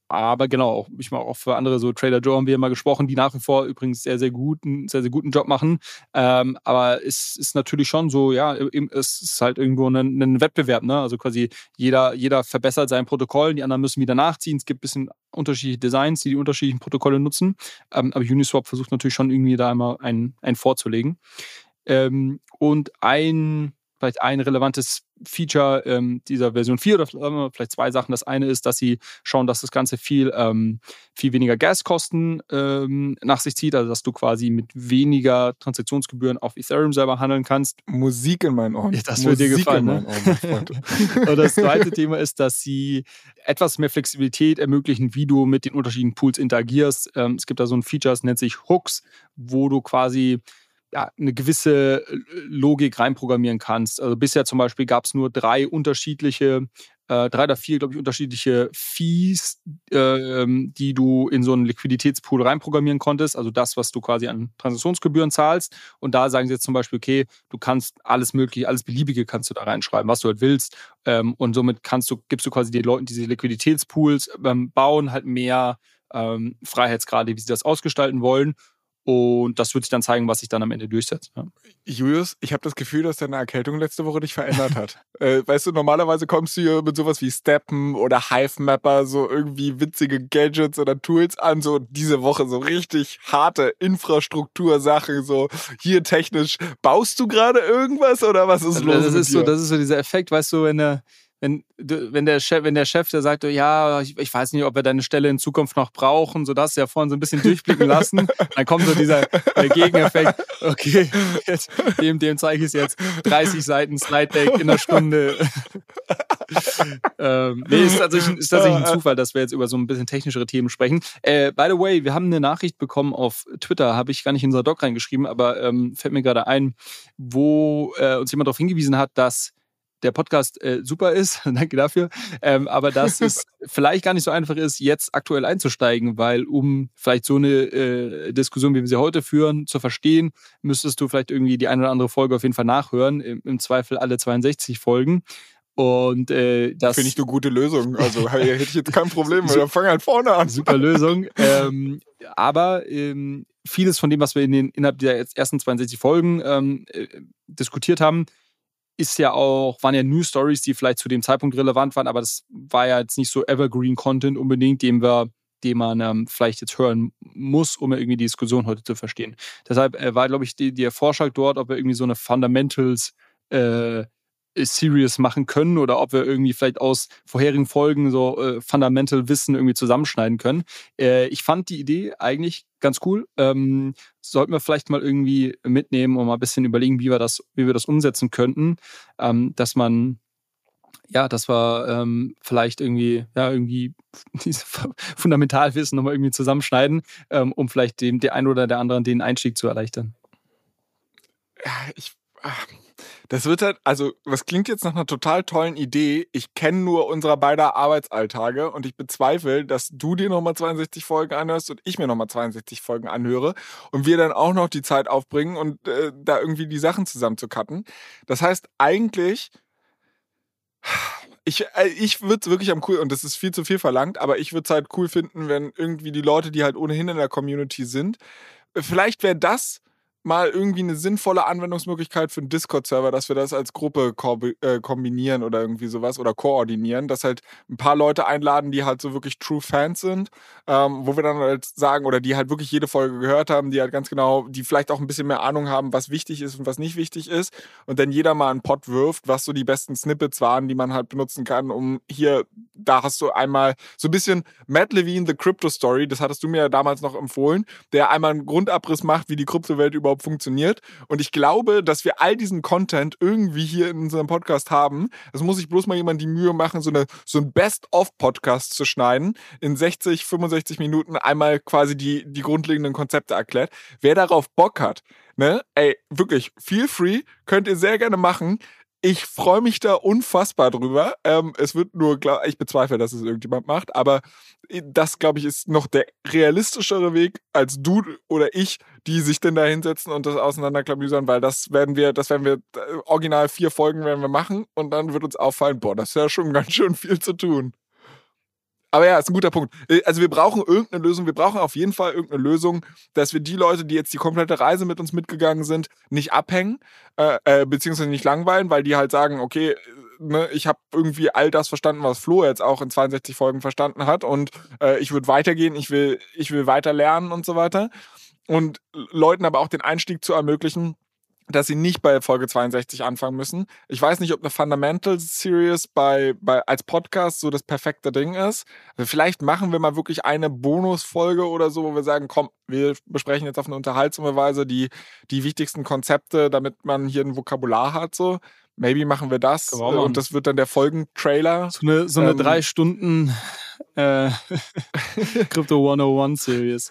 Aber genau, auch, ich meine, auch für andere, so Trader Joe haben wir mal gesprochen, die nach wie vor übrigens sehr, sehr guten, sehr, sehr guten Job machen. Ähm, aber es ist natürlich schon so, ja, es ist halt irgendwo ein, ein Wettbewerb, ne? Also quasi jeder, jeder verbessert sein Protokoll, die anderen müssen wieder nachziehen. Es gibt ein bisschen unterschiedliche Designs, die die unterschiedlichen Protokolle nutzen. Ähm, aber Uniswap versucht natürlich schon irgendwie da einmal einen, einen vorzulegen. Ähm, und ein vielleicht ein relevantes Feature ähm, dieser Version vier oder vielleicht zwei Sachen. Das eine ist, dass sie schauen, dass das Ganze viel, ähm, viel weniger Gaskosten ähm, nach sich zieht, also dass du quasi mit weniger Transaktionsgebühren auf Ethereum selber handeln kannst. Musik in meinen Ohren. Ja, das wird dir gefallen, ne? Ohren, Und das zweite Thema ist, dass sie etwas mehr Flexibilität ermöglichen, wie du mit den unterschiedlichen Pools interagierst. Ähm, es gibt da so ein Feature, das nennt sich Hooks, wo du quasi ja, eine gewisse Logik reinprogrammieren kannst. Also bisher zum Beispiel gab es nur drei unterschiedliche, äh, drei oder vier, glaube ich, unterschiedliche Fees, äh, die du in so einen Liquiditätspool reinprogrammieren konntest. Also das, was du quasi an Transaktionsgebühren zahlst. Und da sagen sie jetzt zum Beispiel, okay, du kannst alles Mögliche, alles Beliebige kannst du da reinschreiben, was du halt willst. Ähm, und somit kannst du, gibst du quasi den Leuten diese Liquiditätspools ähm, bauen, halt mehr ähm, Freiheitsgrade, wie sie das ausgestalten wollen. Und das wird sich dann zeigen, was sich dann am Ende durchsetzt. Ja. Julius, ich habe das Gefühl, dass deine Erkältung letzte Woche dich verändert hat. äh, weißt du, normalerweise kommst du hier mit sowas wie Steppen oder Hive-Mapper, so irgendwie witzige Gadgets oder Tools an, so diese Woche so richtig harte Infrastruktursachen, so hier technisch. Baust du gerade irgendwas oder was ist also, los das mit ist dir? So, das ist so dieser Effekt, weißt du, wenn der Wenn, wenn, der Chef, wenn der Chef, der sagt, ja, ich, ich weiß nicht, ob wir deine Stelle in Zukunft noch brauchen, so das ja vorhin so ein bisschen durchblicken lassen, dann kommt so dieser äh, Gegeneffekt, okay, jetzt, dem, dem zeige ich es jetzt, dreißig Seiten Slide Deck in einer Stunde. ähm, nee, ist tatsächlich, ist tatsächlich ein Zufall, dass wir jetzt über so ein bisschen technischere Themen sprechen. Äh, by the way, wir haben eine Nachricht bekommen auf Twitter, habe ich gar nicht in unser Doc reingeschrieben, aber ähm, fällt mir gerade ein, wo äh, uns jemand darauf hingewiesen hat, dass der Podcast äh, super ist, danke dafür, ähm, aber dass es vielleicht gar nicht so einfach ist, jetzt aktuell einzusteigen, weil um vielleicht so eine äh, Diskussion, wie wir sie heute führen, zu verstehen, müsstest du vielleicht irgendwie die eine oder andere Folge auf jeden Fall nachhören, im, im Zweifel alle zweiundsechzig Folgen. Und äh, das finde ich eine gute Lösung. Also hätte ich jetzt kein Problem, weil dann fang halt vorne an. Super Lösung. ähm, aber ähm, vieles von dem, was wir in den, innerhalb der ersten zweiundsechzig Folgen ähm, äh, diskutiert haben, ist ja auch, waren ja News Stories, die vielleicht zu dem Zeitpunkt relevant waren, aber das war ja jetzt nicht so Evergreen-Content unbedingt, den wir, den man ähm, vielleicht jetzt hören muss, um irgendwie die Diskussion heute zu verstehen. Deshalb äh, war, glaube ich, die, der Vorschlag dort, ob wir irgendwie so eine Fundamentals äh, Series machen können oder ob wir irgendwie vielleicht aus vorherigen Folgen so äh, Fundamental Wissen irgendwie zusammenschneiden können. Äh, ich fand die Idee eigentlich ganz cool. Ähm, sollten wir vielleicht mal irgendwie mitnehmen und mal ein bisschen überlegen, wie wir das, wie wir das umsetzen könnten, ähm, dass man ja, dass wir ähm, vielleicht irgendwie, ja, irgendwie dieses Fundamentalwissen nochmal irgendwie zusammenschneiden, ähm, um vielleicht dem der einen oder der anderen den Einstieg zu erleichtern. Ja, ich Das wird halt, also, was klingt jetzt nach einer total tollen Idee. Ich kenne nur unserer beider Arbeitsalltage und ich bezweifle, dass du dir nochmal zweiundsechzig Folgen anhörst und ich mir nochmal zweiundsechzig Folgen anhöre und wir dann auch noch die Zeit aufbringen und äh, da irgendwie die Sachen zusammen zu cutten. Das heißt, eigentlich, ich, äh, ich würde es wirklich am cool, und das ist viel zu viel verlangt, aber ich würde es halt cool finden, wenn irgendwie die Leute, die halt ohnehin in der Community sind, vielleicht wäre das mal irgendwie eine sinnvolle Anwendungsmöglichkeit für einen Discord-Server, dass wir das als Gruppe kombinieren oder irgendwie sowas oder koordinieren, dass halt ein paar Leute einladen, die halt so wirklich True Fans sind, ähm, wo wir dann halt sagen, oder die halt wirklich jede Folge gehört haben, die halt ganz genau, die vielleicht auch ein bisschen mehr Ahnung haben, was wichtig ist und was nicht wichtig ist und dann jeder mal einen Pod wirft, was so die besten Snippets waren, die man halt benutzen kann, um hier, da hast du einmal so ein bisschen Matt Levine, The Crypto Story, das hattest du mir ja damals noch empfohlen, der einmal einen Grundabriss macht, wie die Kryptowelt überhaupt funktioniert. Und ich glaube, dass wir all diesen Content irgendwie hier in unserem Podcast haben. Es muss sich bloß mal jemand die Mühe machen, so, eine, so ein Best-of-Podcast zu schneiden, in sechzig, fünfundsechzig Minuten einmal quasi die, die grundlegenden Konzepte erklärt. Wer darauf Bock hat, ne, ey, wirklich, feel free, könnt ihr sehr gerne machen. Ich freue mich da unfassbar drüber. Ähm, es wird nur, glaub, ich bezweifle, dass es irgendjemand macht, aber das, glaube ich, ist noch der realistischere Weg als du oder ich, die sich denn da hinsetzen und das auseinanderklamüsern, weil das werden wir, das werden wir, original vier Folgen werden wir machen und dann wird uns auffallen, boah, das ist ja schon ganz schön viel zu tun. Aber ja, ist ein guter Punkt. Also wir brauchen irgendeine Lösung. Wir brauchen auf jeden Fall irgendeine Lösung, dass wir die Leute, die jetzt die komplette Reise mit uns mitgegangen sind, nicht abhängen, äh, äh, beziehungsweise nicht langweilen, weil die halt sagen, okay, ne, ich habe irgendwie all das verstanden, was Flo jetzt auch in zweiundsechzig Folgen verstanden hat und äh, ich würde weitergehen, ich will, ich will weiter lernen und so weiter. Und Leuten aber auch den Einstieg zu ermöglichen, dass sie nicht bei Folge zweiundsechzig anfangen müssen. Ich weiß nicht, ob eine Fundamentals Series bei, bei, als Podcast so das perfekte Ding ist. Also vielleicht machen wir mal wirklich eine Bonusfolge oder so, wo wir sagen, komm, wir besprechen jetzt auf eine unterhaltsame Weise die, die wichtigsten Konzepte, damit man hier ein Vokabular hat. So. Maybe machen wir das Kann man machen. und das wird dann der Folgentrailer. So eine, so eine Ähm, drei Stunden äh, Crypto hundertundeins Series.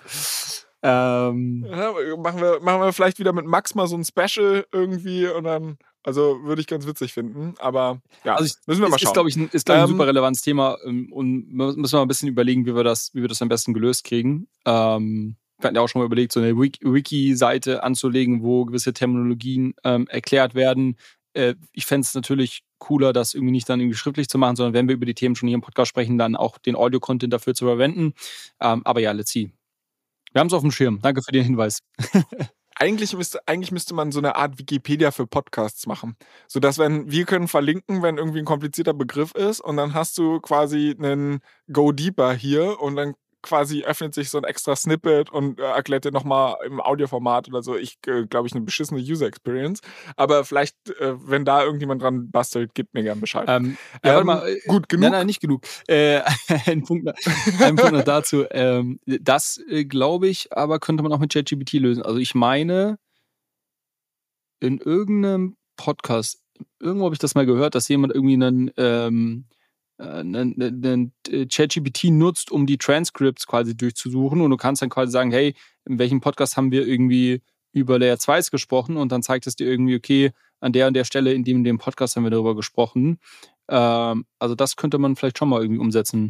Ähm, Ja, machen wir, machen wir vielleicht wieder mit Max mal so ein Special irgendwie und dann, also würde ich ganz witzig finden, aber ja, also ich, müssen wir mal ist, schauen. ist, glaube ich, ein, ist, glaub ich, ein Ähm, super relevantes Thema ähm, und müssen wir mal ein bisschen überlegen, wie wir das, wie wir das am besten gelöst kriegen. Ähm, wir hatten ja auch schon mal überlegt, so eine Wiki- Wiki-Seite anzulegen, wo gewisse Terminologien ähm, erklärt werden. Äh, ich fände es natürlich cooler, das irgendwie nicht dann irgendwie schriftlich zu machen, sondern wenn wir über die Themen schon hier im Podcast sprechen, dann auch den Audio-Content dafür zu verwenden. Ähm, aber ja, let's see. Wir haben es auf dem Schirm. Danke für den Hinweis. Eigentlich müsste, eigentlich müsste man so eine Art Wikipedia für Podcasts machen. Sodass, wenn wir können verlinken, wenn irgendwie ein komplizierter Begriff ist und dann hast du quasi einen Go Deeper hier und dann quasi öffnet sich so ein extra Snippet und äh, erklärt dir nochmal im Audioformat oder so. Ich äh, glaube, ich eine beschissene User Experience. Aber vielleicht, äh, wenn da irgendjemand dran bastelt, gibt mir gern Bescheid. Ähm, ja, Ähm, warte mal. gut, genug. Nein, nein, nicht genug. Äh, ein, Punkt, ein Punkt noch dazu. Ähm, das, äh, glaube ich, aber könnte man auch mit ChatGPT lösen. Also ich meine, in irgendeinem Podcast, irgendwo habe ich das mal gehört, dass jemand irgendwie einen, ähm, äh, einen, einen ChatGPT nutzt, um die Transcripts quasi durchzusuchen. Und du kannst dann quasi sagen, hey, in welchem Podcast haben wir irgendwie über Layer zwei gesprochen? Und dann zeigt es dir irgendwie, okay, an der und der Stelle in dem, in dem Podcast haben wir darüber gesprochen. Ähm, also das könnte man vielleicht schon mal irgendwie umsetzen.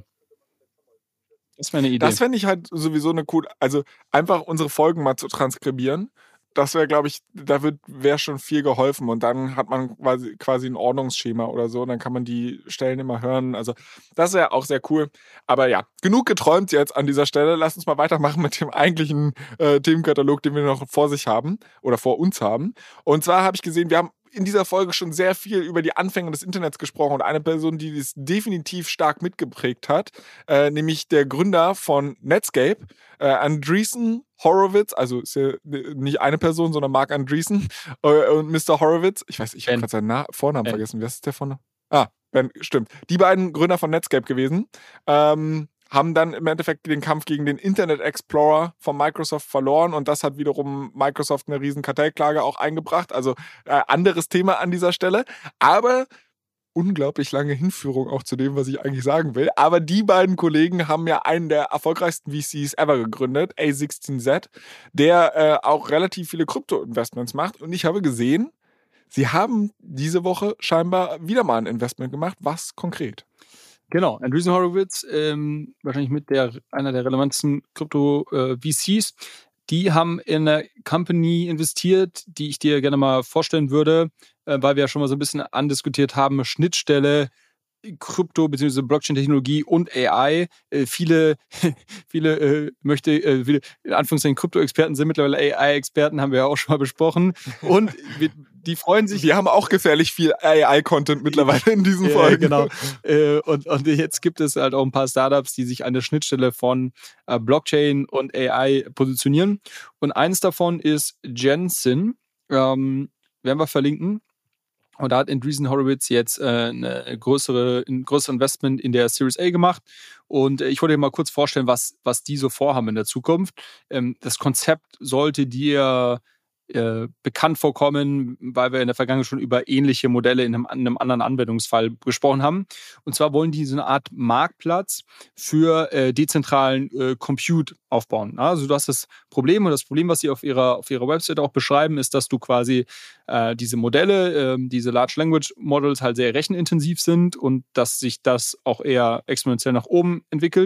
Das wäre eine Idee. Das fände ich halt sowieso eine cool, also einfach unsere Folgen mal zu transkribieren. Das wäre, glaube ich, da wäre schon viel geholfen und dann hat man quasi, quasi ein Ordnungsschema oder so und dann kann man die Stellen immer hören. Also das wäre auch sehr cool. Aber ja, genug geträumt jetzt an dieser Stelle. Lass uns mal weitermachen mit dem eigentlichen äh, Themenkatalog, den wir noch vor sich haben oder vor uns haben. Und zwar habe ich gesehen, wir haben in dieser Folge schon sehr viel über die Anfänge des Internets gesprochen und eine Person, die das definitiv stark mitgeprägt hat, äh, nämlich der Gründer von Netscape, äh, Andreessen Horowitz, also ist ja nicht eine Person, sondern Mark Andreessen äh, und Mister Horowitz. Ich weiß, ich habe gerade seinen Na- Vornamen ben. vergessen. Wer ist der von? Ah, Ben, stimmt. Die beiden Gründer von Netscape gewesen. Ähm, haben dann im Endeffekt den Kampf gegen den Internet Explorer von Microsoft verloren und das hat wiederum Microsoft eine riesen Kartellklage auch eingebracht. Also äh, anderes Thema an dieser Stelle. Aber unglaublich lange Hinführung auch zu dem, was ich eigentlich sagen will. Aber die beiden Kollegen haben ja einen der erfolgreichsten V Cs ever gegründet, A sechzehn Z, der äh, auch relativ viele Krypto-Investments macht. Und ich habe gesehen, sie haben diese Woche scheinbar wieder mal ein Investment gemacht. Was konkret? Genau, Andreessen Horowitz, ähm, wahrscheinlich mit der einer der relevantesten Krypto-V Cs, die haben in eine Company investiert, die ich dir gerne mal vorstellen würde, äh, weil wir ja schon mal so ein bisschen andiskutiert haben, Schnittstelle Krypto- bzw. Blockchain-Technologie und A I. Äh, viele viele äh, möchte, äh, viele, in Anführungszeichen Krypto-Experten sind mittlerweile A I-Experten, haben wir ja auch schon mal besprochen. Und wir, die freuen sich. Wir haben auch gefährlich viel A I-Content mittlerweile in diesen Folgen. Ja, genau. Äh, und, und jetzt gibt es halt auch ein paar Startups, die sich an der Schnittstelle von äh, Blockchain und A I positionieren. Und eins davon ist Jensen. Ähm, werden wir verlinken. Und da hat Andreessen Horowitz jetzt äh, eine größere, ein größeres Investment in der Series A gemacht. Und äh, ich wollte dir mal kurz vorstellen, was, was die so vorhaben in der Zukunft. Ähm, das Konzept sollte dir äh, bekannt vorkommen, weil wir in der Vergangenheit schon über ähnliche Modelle in einem, in einem anderen Anwendungsfall gesprochen haben. Und zwar wollen die so eine Art Marktplatz für äh, dezentralen äh, Compute aufbauen. Also du hast das Problem, und das Problem, was sie auf ihrer, auf ihrer Website auch beschreiben, ist, dass du quasi äh, diese Modelle, äh, diese Large Language Models halt sehr rechenintensiv sind und dass sich das auch eher exponentiell nach oben entwickelt.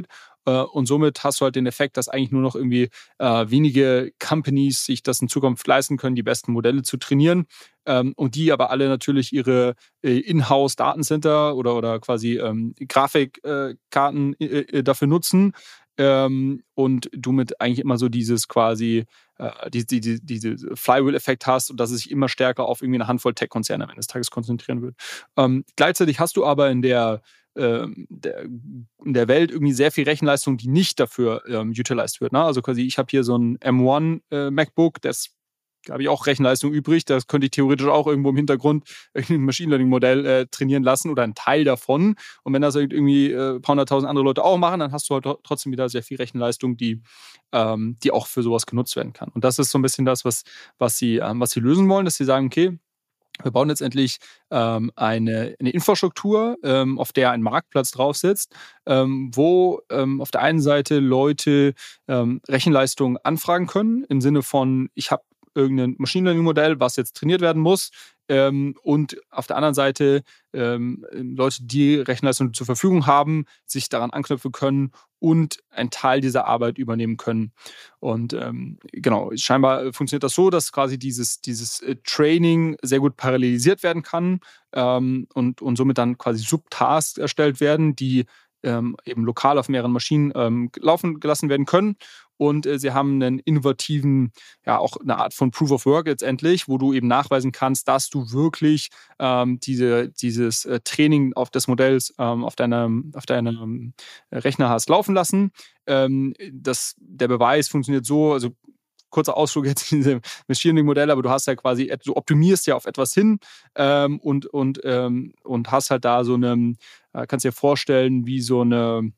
Äh, und somit hast du halt den Effekt, dass eigentlich nur noch irgendwie äh, wenige Companies sich das in Zukunft leisten können, die besten Modelle zu trainieren. Ähm, und die aber alle natürlich ihre äh, Inhouse-Datencenter oder, oder quasi ähm, Grafikkarten äh, äh, dafür nutzen. Ähm, und du mit eigentlich immer so dieses quasi äh, die, die, die, diese Flywheel-Effekt hast und dass es sich immer stärker auf irgendwie eine Handvoll Tech-Konzerne am Ende des Tages konzentrieren wird. Ähm, gleichzeitig hast du aber in der, ähm, der, in der Welt irgendwie sehr viel Rechenleistung, die nicht dafür ähm, utilized wird. Ne? Also quasi, ich habe hier so ein M eins äh, MacBook, das habe ich auch Rechenleistung übrig. Das könnte ich theoretisch auch irgendwo im Hintergrund ein Machine Learning Modell äh, trainieren lassen oder einen Teil davon. Und wenn das irgendwie äh, ein paar hunderttausend andere Leute auch machen, dann hast du halt trotzdem wieder sehr viel Rechenleistung, die, ähm, die auch für sowas genutzt werden kann. Und das ist so ein bisschen das, was, was, sie, ähm, was sie lösen wollen, dass sie sagen, okay, wir bauen letztendlich ähm, eine, eine Infrastruktur, ähm, auf der ein Marktplatz drauf sitzt, ähm, wo ähm, auf der einen Seite Leute ähm, Rechenleistung anfragen können, im Sinne von, ich habe irgendein Machine Learning Modell, was jetzt trainiert werden muss. Ähm, und auf der anderen Seite ähm, Leute, die Rechenleistung zur Verfügung haben, sich daran anknüpfen können und einen Teil dieser Arbeit übernehmen können. Und ähm, genau, scheinbar funktioniert das so, dass quasi dieses, dieses äh, Training sehr gut parallelisiert werden kann ähm, und, und somit dann quasi Subtasks erstellt werden, die ähm, eben lokal auf mehreren Maschinen ähm, laufen gelassen werden können. Und äh, sie haben einen innovativen, ja auch eine Art von Proof of Work letztendlich, wo du eben nachweisen kannst, dass du wirklich ähm, diese, dieses äh, Training auf des Modells ähm, auf deinem auf deinem Rechner hast laufen lassen. Ähm, das, der Beweis funktioniert so, also kurzer Ausflug jetzt in diese Machine Learning Modelle, aber du hast ja quasi, du optimierst ja auf etwas hin ähm, und, und, ähm, und hast halt da so eine, äh, kannst dir vorstellen, wie so eine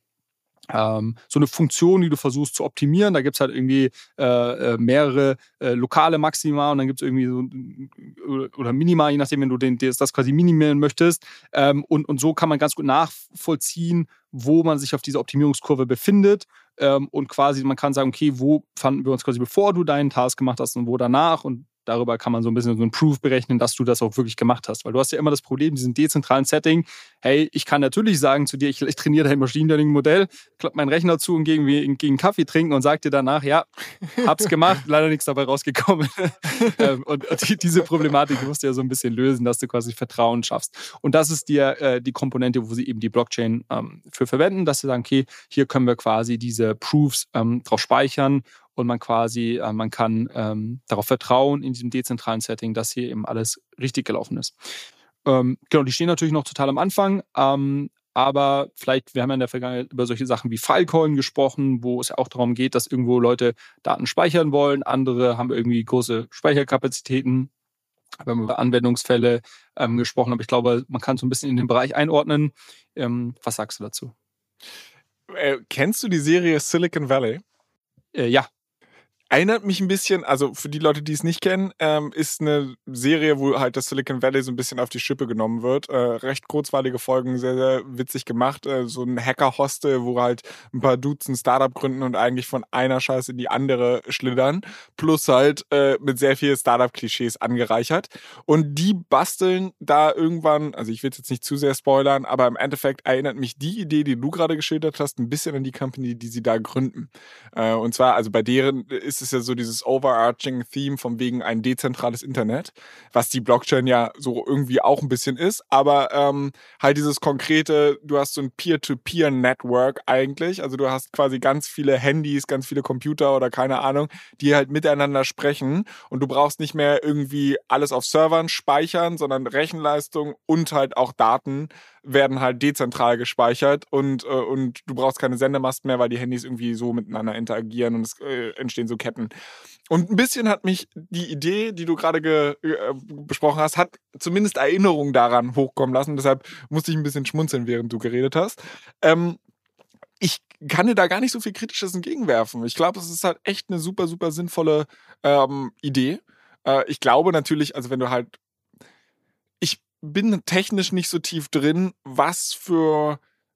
Ähm, so eine Funktion, die du versuchst zu optimieren. Da gibt es halt irgendwie äh, mehrere äh, lokale Maxima und dann gibt es irgendwie so oder, oder Minima, je nachdem, wenn du den, das quasi minimieren möchtest. Ähm, und, und so kann man ganz gut nachvollziehen, wo man sich auf dieser Optimierungskurve befindet. Ähm, und quasi, man kann sagen, okay, wo fanden wir uns quasi, bevor du deinen Task gemacht hast und wo danach. Und darüber kann man so ein bisschen so ein Proof berechnen, dass du das auch wirklich gemacht hast. Weil du hast ja immer das Problem, in diesem dezentralen Setting, hey, ich kann natürlich sagen zu dir, ich, ich trainiere dein Machine Learning Modell, klappe meinen Rechner zu und gegen, gegen Kaffee trinken und sag dir danach, ja, hab's gemacht, leider nichts dabei rausgekommen. ähm, und die, diese Problematik musst du ja so ein bisschen lösen, dass du quasi Vertrauen schaffst. Und das ist die, äh, die Komponente, wo sie eben die Blockchain ähm, für verwenden, dass sie sagen, okay, hier können wir quasi diese Proofs ähm, drauf speichern und man quasi, äh, man kann ähm, darauf vertrauen in diesem dezentralen Setting, dass hier eben alles richtig gelaufen ist. Ähm, genau, die stehen natürlich noch total am Anfang, ähm, aber vielleicht, wir haben ja in der Vergangenheit über solche Sachen wie Filecoin gesprochen, wo es ja auch darum geht, dass irgendwo Leute Daten speichern wollen, andere haben irgendwie große Speicherkapazitäten. Wir haben über Anwendungsfälle ähm, gesprochen, aber ich glaube, man kann so ein bisschen in den Bereich einordnen. Ähm, was sagst du dazu? Äh, kennst du die Serie Silicon Valley? Äh, ja. Erinnert mich ein bisschen, also für die Leute, die es nicht kennen, ähm, ist eine Serie, wo halt das Silicon Valley so ein bisschen auf die Schippe genommen wird. Äh, recht kurzweilige Folgen, sehr, sehr witzig gemacht. Äh, so ein Hacker-Hostel, wo halt ein paar Dudes ein Startup gründen und eigentlich von einer Scheiße in die andere schlittern. Plus halt äh, mit sehr viel Startup-Klischees angereichert. Und die basteln da irgendwann, also ich will jetzt nicht zu sehr spoilern, aber im Endeffekt erinnert mich die Idee, die du gerade geschildert hast, ein bisschen an die Company, die sie da gründen. Äh, und zwar, also bei deren ist es ja so dieses overarching Theme von wegen ein dezentrales Internet, was die Blockchain ja so irgendwie auch ein bisschen ist, aber ähm, halt dieses konkrete, du hast so ein Peer-to-Peer-Network eigentlich, also du hast quasi ganz viele Handys, ganz viele Computer oder keine Ahnung, die halt miteinander sprechen und du brauchst nicht mehr irgendwie alles auf Servern speichern, sondern Rechenleistung und halt auch Daten werden halt dezentral gespeichert und, äh, und du brauchst keine Sendemasten mehr, weil die Handys irgendwie so miteinander interagieren und es äh, entstehen so Ketten. Und ein bisschen hat mich die Idee, die du gerade ge- äh, besprochen hast, hat zumindest Erinnerungen daran hochkommen lassen. Deshalb musste ich ein bisschen schmunzeln, während du geredet hast. Ähm, ich kann dir da gar nicht so viel Kritisches entgegenwerfen. Ich glaube, es ist halt echt eine super, super sinnvolle ähm, Idee. Äh, ich glaube natürlich, also wenn du halt ich bin technisch nicht so tief drin, was für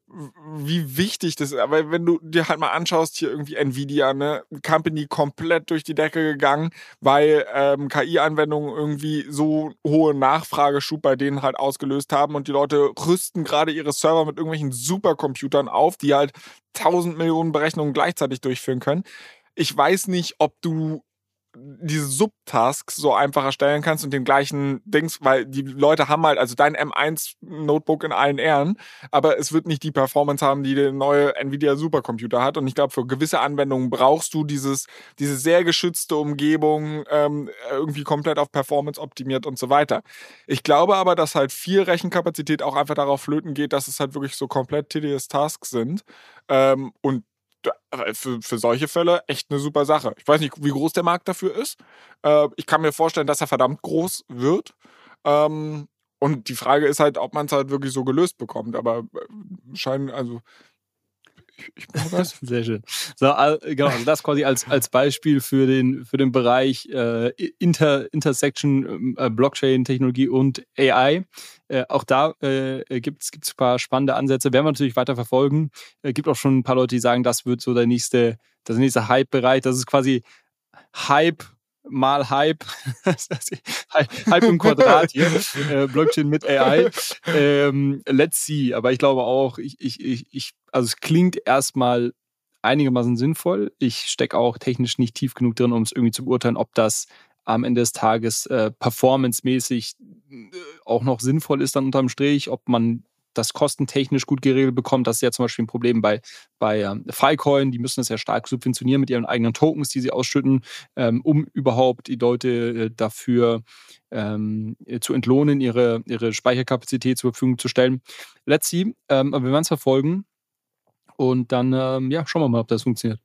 wie wichtig das ist. Aber wenn du dir halt mal anschaust, hier irgendwie Nvidia, ne, Company komplett durch die Decke gegangen, weil ähm, K I-Anwendungen irgendwie so hohe Nachfrageschub bei denen halt ausgelöst haben und die Leute rüsten gerade ihre Server mit irgendwelchen Supercomputern auf, die halt tausend Millionen Berechnungen gleichzeitig durchführen können. Ich weiß nicht, ob du diese Subtasks so einfach erstellen kannst und den gleichen Dings, weil die Leute haben halt, also dein M eins Notebook in allen Ehren, aber es wird nicht die Performance haben, die der neue Nvidia Supercomputer hat. Und ich glaube, für gewisse Anwendungen brauchst du dieses, diese sehr geschützte Umgebung, ähm, irgendwie komplett auf Performance optimiert und so weiter. Ich glaube aber, dass halt viel Rechenkapazität auch einfach darauf flöten geht, dass es halt wirklich so komplett tedious Tasks sind. Ähm, und Für, für solche Fälle echt eine super Sache. Ich weiß nicht, wie groß der Markt dafür ist. Äh, ich kann mir vorstellen, dass er verdammt groß wird. Ähm, und die Frage ist halt, ob man es halt wirklich so gelöst bekommt. Aber äh, scheinen, also ich, ich bin was. Sehr schön. So, also, genau, also das quasi als, als Beispiel für den, für den Bereich äh, Inter, Intersection äh, Blockchain-Technologie und A I. Äh, auch da äh, gibt es ein paar spannende Ansätze. Werden wir natürlich weiter verfolgen. Es äh, gibt auch schon ein paar Leute, die sagen, das wird so der nächste, das nächste Hype-Bereich. Das ist quasi Hype mal Hype. Hype im Quadrat hier. äh, Blockchain mit A I. Ähm, let's see. Aber ich glaube auch, ich, ich, ich, ich, also es klingt erstmal einigermaßen sinnvoll. Ich stecke auch technisch nicht tief genug drin, um es irgendwie zu beurteilen, ob das am Ende des Tages äh, performancemäßig äh, auch noch sinnvoll ist dann unterm Strich, ob man das kostentechnisch gut geregelt bekommt. Das ist ja zum Beispiel ein Problem bei, bei ähm, Filecoin. Die müssen das ja stark subventionieren mit ihren eigenen Tokens, die sie ausschütten, ähm, um überhaupt die Leute äh, dafür ähm, zu entlohnen, ihre, ihre Speicherkapazität zur Verfügung zu stellen. Let's see. Ähm, aber wir werden es verfolgen. Und dann ähm, ja, schauen wir mal, ob das funktioniert.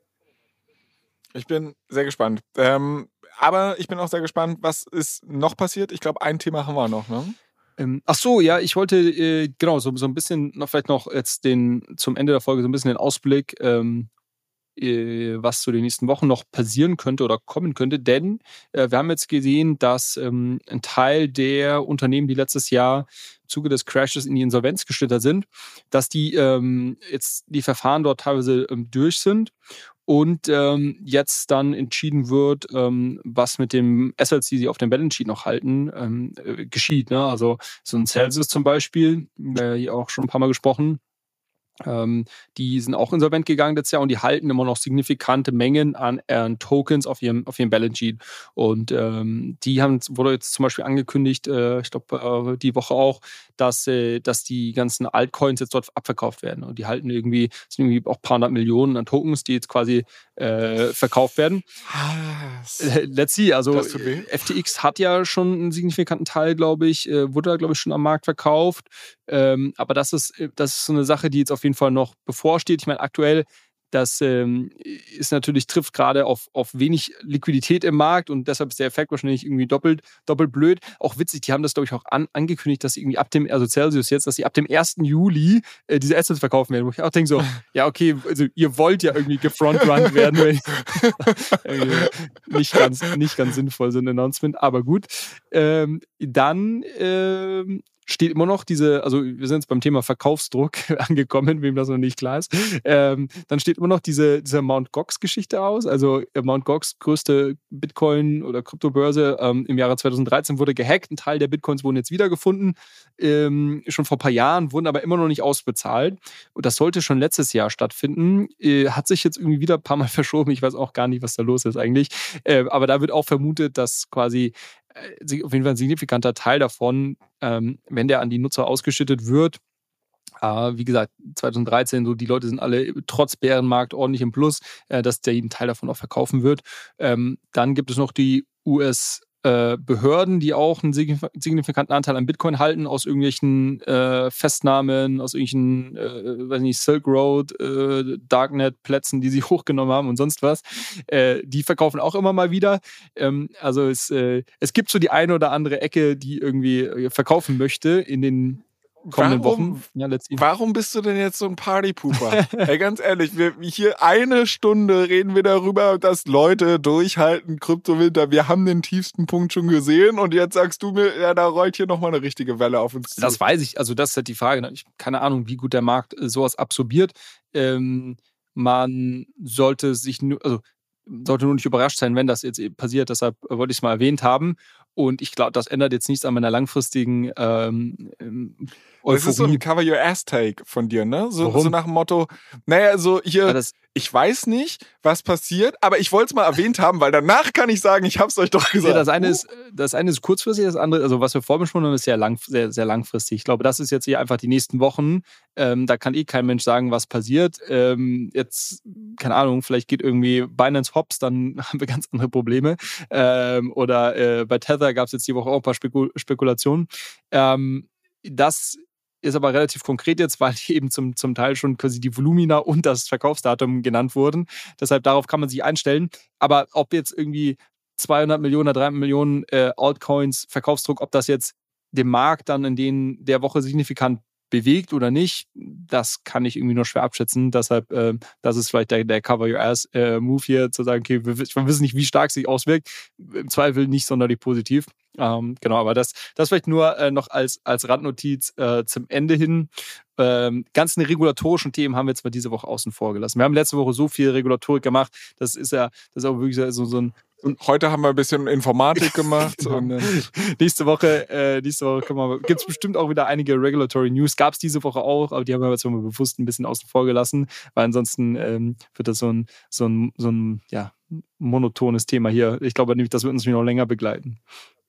Ich bin sehr gespannt. Ähm, aber ich bin auch sehr gespannt, was ist noch passiert. Ich glaube, ein Thema haben wir noch, ne? Ähm, ach so, ja, ich wollte äh, genau so, so ein bisschen noch vielleicht noch jetzt den zum Ende der Folge so ein bisschen den Ausblick, ähm, äh, was zu den nächsten Wochen noch passieren könnte oder kommen könnte, denn äh, wir haben jetzt gesehen, dass ähm, ein Teil der Unternehmen, die letztes Jahr im Zuge des Crashes in die Insolvenz geschlittert sind, dass die ähm, jetzt die Verfahren dort teilweise ähm, durch sind. Und ähm, jetzt dann entschieden wird, ähm, was mit dem Assets, die sie auf dem Balance Sheet noch halten, ähm, äh, geschieht. Ne? Also so ein Celsius zum Beispiel, äh, hier auch schon ein paar Mal gesprochen, ähm, die sind auch insolvent gegangen letztes Jahr und die halten immer noch signifikante Mengen an, an Tokens auf ihrem, auf ihrem Balance Sheet. Und ähm, die haben, wurde jetzt zum Beispiel angekündigt, äh, ich glaube äh, die Woche auch, dass, äh, dass die ganzen Altcoins jetzt dort abverkauft werden. Und die halten irgendwie, sind irgendwie auch ein paar hundert Millionen an Tokens, die jetzt quasi äh, verkauft werden. Äh, let's see, also F T X hat ja schon einen signifikanten Teil, glaube ich, äh, wurde da, glaube ich, schon am Markt verkauft. Ähm, aber das ist, das ist so eine Sache, die jetzt auf jeden Fall noch bevorsteht. Ich meine, aktuell, das ähm, ist natürlich, trifft gerade auf, auf wenig Liquidität im Markt und deshalb ist der Effekt wahrscheinlich irgendwie doppelt, doppelt blöd. Auch witzig, die haben das, glaube ich, auch an, angekündigt, dass sie irgendwie ab dem, also Celsius jetzt, dass sie ab dem ersten Juli äh, diese Assets verkaufen werden. Wo ich auch denke so, ja, okay, also ihr wollt ja irgendwie gefrontrunnt werden. Wenn nicht, ganz, nicht ganz sinnvoll so ein Announcement, aber gut. Ähm, dann ähm, steht immer noch diese, also wir sind jetzt beim Thema Verkaufsdruck angekommen, wem das noch nicht klar ist. Ähm, dann steht immer noch diese, diese Mt. Gox-Geschichte aus. Also Mt. Gox, größte Bitcoin- oder Kryptobörse ähm, im Jahre zweitausenddreizehn, wurde gehackt. Ein Teil der Bitcoins wurden jetzt wiedergefunden. Ähm, schon vor ein paar Jahren, wurden aber immer noch nicht ausbezahlt. Und das sollte schon letztes Jahr stattfinden. Äh, hat sich jetzt irgendwie wieder ein paar Mal verschoben. Ich weiß auch gar nicht, was da los ist eigentlich. Äh, aber da wird auch vermutet, dass quasi auf jeden Fall ein signifikanter Teil davon, ähm, wenn der an die Nutzer ausgeschüttet wird, äh, wie gesagt, zweitausenddreizehn, so die Leute sind alle trotz Bärenmarkt ordentlich im Plus, äh, dass der jeden Teil davon auch verkaufen wird. Ähm, dann gibt es noch die U S Behörden, die auch einen signifikanten Anteil an Bitcoin halten, aus irgendwelchen äh, Festnahmen, aus irgendwelchen, äh, weiß nicht, Silk Road, äh, Darknet-Plätzen, die sie hochgenommen haben und sonst was. Äh, die verkaufen auch immer mal wieder. Ähm, also es, äh, es gibt so die eine oder andere Ecke, die irgendwie verkaufen möchte in den kommenden warum, Wochen. Ja, let's see. Warum bist du denn jetzt so ein Partypooper? Ey, ganz ehrlich, wir, hier eine Stunde reden wir darüber, dass Leute durchhalten, Kryptowinter. Wir haben den tiefsten Punkt schon gesehen und jetzt sagst du mir, ja, da rollt hier nochmal eine richtige Welle auf uns zu. Das weiß ich, also das ist halt die Frage. Ich habe keine Ahnung, wie gut der Markt sowas absorbiert. Ähm, man sollte sich nur, also sollte nur nicht überrascht sein, wenn das jetzt passiert. Deshalb wollte ich es mal erwähnt haben. Und ich glaube, das ändert jetzt nichts an meiner langfristigen ähm, Euphorie. Das ist so ein Cover-Your-Ass-Take von dir, ne? So, so nach dem Motto, naja, so hier, ja, das, ich weiß nicht, was passiert, aber ich wollte es mal erwähnt haben, weil danach kann ich sagen, ich habe es euch doch gesagt. Ja, das eine ist, das eine ist kurzfristig, das andere, also was wir vorbesprochen haben, ist sehr, lang, sehr, sehr langfristig. Ich glaube, das ist jetzt hier einfach die nächsten Wochen. Ähm, da kann eh kein Mensch sagen, was passiert. Ähm, jetzt, keine Ahnung, vielleicht geht irgendwie Binance hops, dann haben wir ganz andere Probleme. Ähm, oder äh, bei Tether gab es jetzt die Woche auch ein paar Spekul- Spekulationen. Ähm, das ist aber relativ konkret jetzt, weil eben zum, zum Teil schon quasi die Volumina und das Verkaufsdatum genannt wurden. Deshalb darauf kann man sich einstellen. Aber ob jetzt irgendwie zweihundert Millionen oder dreihundert Millionen äh, Altcoins Verkaufsdruck, ob das jetzt dem Markt dann in den, der Woche signifikant bewegt oder nicht, das kann ich irgendwie nur schwer abschätzen. Deshalb, äh, das ist vielleicht der, der Cover-Your-Ass-Move hier, zu sagen, okay, wir, wir wissen nicht, wie stark es sich auswirkt. Im Zweifel nicht sonderlich positiv. Ähm, genau, aber das, das vielleicht nur äh, noch als, als Randnotiz äh, zum Ende hin. Ähm, ganzen regulatorischen Themen haben wir jetzt mal diese Woche außen vor gelassen. Wir haben letzte Woche so viel Regulatorik gemacht, das ist ja, das ist auch wirklich so, so ein Und heute haben wir ein bisschen Informatik gemacht. Genau. Und, äh nächste Woche, äh, nächste Woche gibt es bestimmt auch wieder einige Regulatory News. Gab es diese Woche auch, aber die haben wir jetzt mal bewusst ein bisschen außen vor gelassen, weil ansonsten ähm, wird das so ein, so ein, so ein ja, monotones Thema hier. Ich glaube nämlich, das wird uns noch länger begleiten.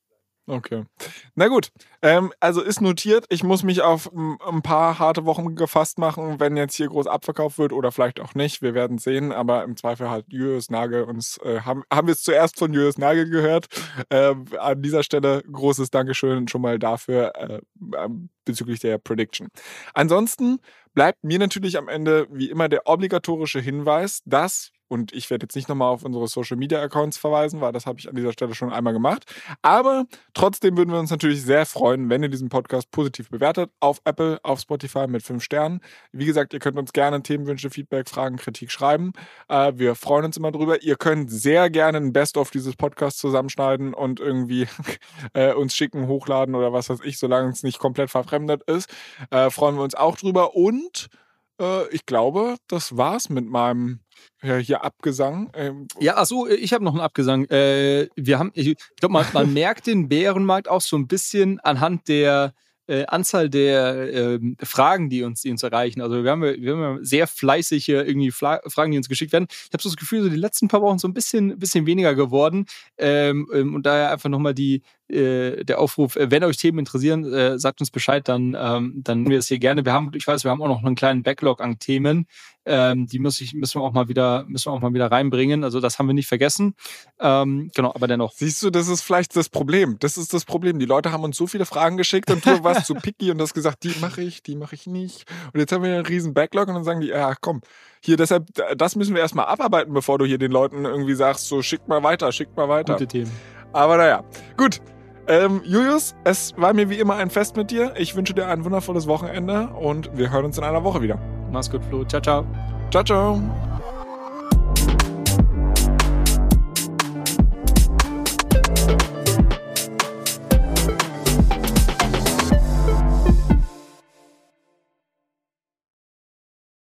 Okay. Na gut, ähm, also ist notiert, ich muss mich auf m, ein paar harte Wochen gefasst machen, wenn jetzt hier groß abverkauft wird oder vielleicht auch nicht, wir werden sehen, aber im Zweifel halt Julius Nagel uns, äh, haben, haben wir es zuerst von Julius Nagel gehört. Äh, an dieser Stelle großes Dankeschön schon mal dafür äh, bezüglich der Prediction. Ansonsten bleibt mir natürlich am Ende wie immer der obligatorische Hinweis, dass, und ich werde jetzt nicht nochmal auf unsere Social-Media-Accounts verweisen, weil das habe ich an dieser Stelle schon einmal gemacht. Aber trotzdem würden wir uns natürlich sehr freuen, wenn ihr diesen Podcast positiv bewertet. Auf Apple, auf Spotify mit fünf Sternen. Wie gesagt, ihr könnt uns gerne Themenwünsche, Feedback, Fragen, Kritik schreiben. Äh, wir freuen uns immer drüber. Ihr könnt sehr gerne ein Best-of dieses Podcasts zusammenschneiden und irgendwie äh, uns schicken, hochladen oder was weiß ich, solange es nicht komplett verfremdet ist. Äh, freuen wir uns auch drüber. Und äh, ich glaube, das war's mit meinem Ja, hier Abgesang. Ähm, ja, achso, ich habe noch einen Abgesang. Äh, wir haben, ich, ich glaube, man, man merkt den Bärenmarkt auch so ein bisschen anhand der äh, Anzahl der äh, Fragen, die uns, die uns erreichen. Also wir haben, wir haben sehr fleißige irgendwie Fla- Fragen, die uns geschickt werden. Ich habe so das Gefühl, so die letzten paar Wochen so ein bisschen, bisschen weniger geworden. Ähm, ähm, und daher einfach nochmal die äh, der Aufruf, äh, wenn euch Themen interessieren, äh, sagt uns Bescheid, dann, ähm, dann nehmen wir es hier gerne. Wir haben, ich weiß, wir haben auch noch einen kleinen Backlog an Themen. Ähm, die muss ich, müssen wir auch mal wieder, müssen wir auch mal wieder reinbringen. Also das haben wir nicht vergessen. Ähm, genau, aber dennoch. Siehst du, das ist vielleicht das Problem. Das ist das Problem. Die Leute haben uns so viele Fragen geschickt und du warst zu picky und hast gesagt, die mache ich, die mache ich nicht. Und jetzt haben wir einen riesen Backlog und dann sagen die, ja komm, hier deshalb, das müssen wir erstmal abarbeiten, bevor du hier den Leuten irgendwie sagst, so schickt mal weiter, schickt mal weiter. Gute Themen. Aber naja, gut. Ähm, Julius, es war mir wie immer ein Fest mit dir. Ich wünsche dir ein wundervolles Wochenende und wir hören uns in einer Woche wieder. Mach's gut, Flo. Ciao, ciao. Ciao, ciao.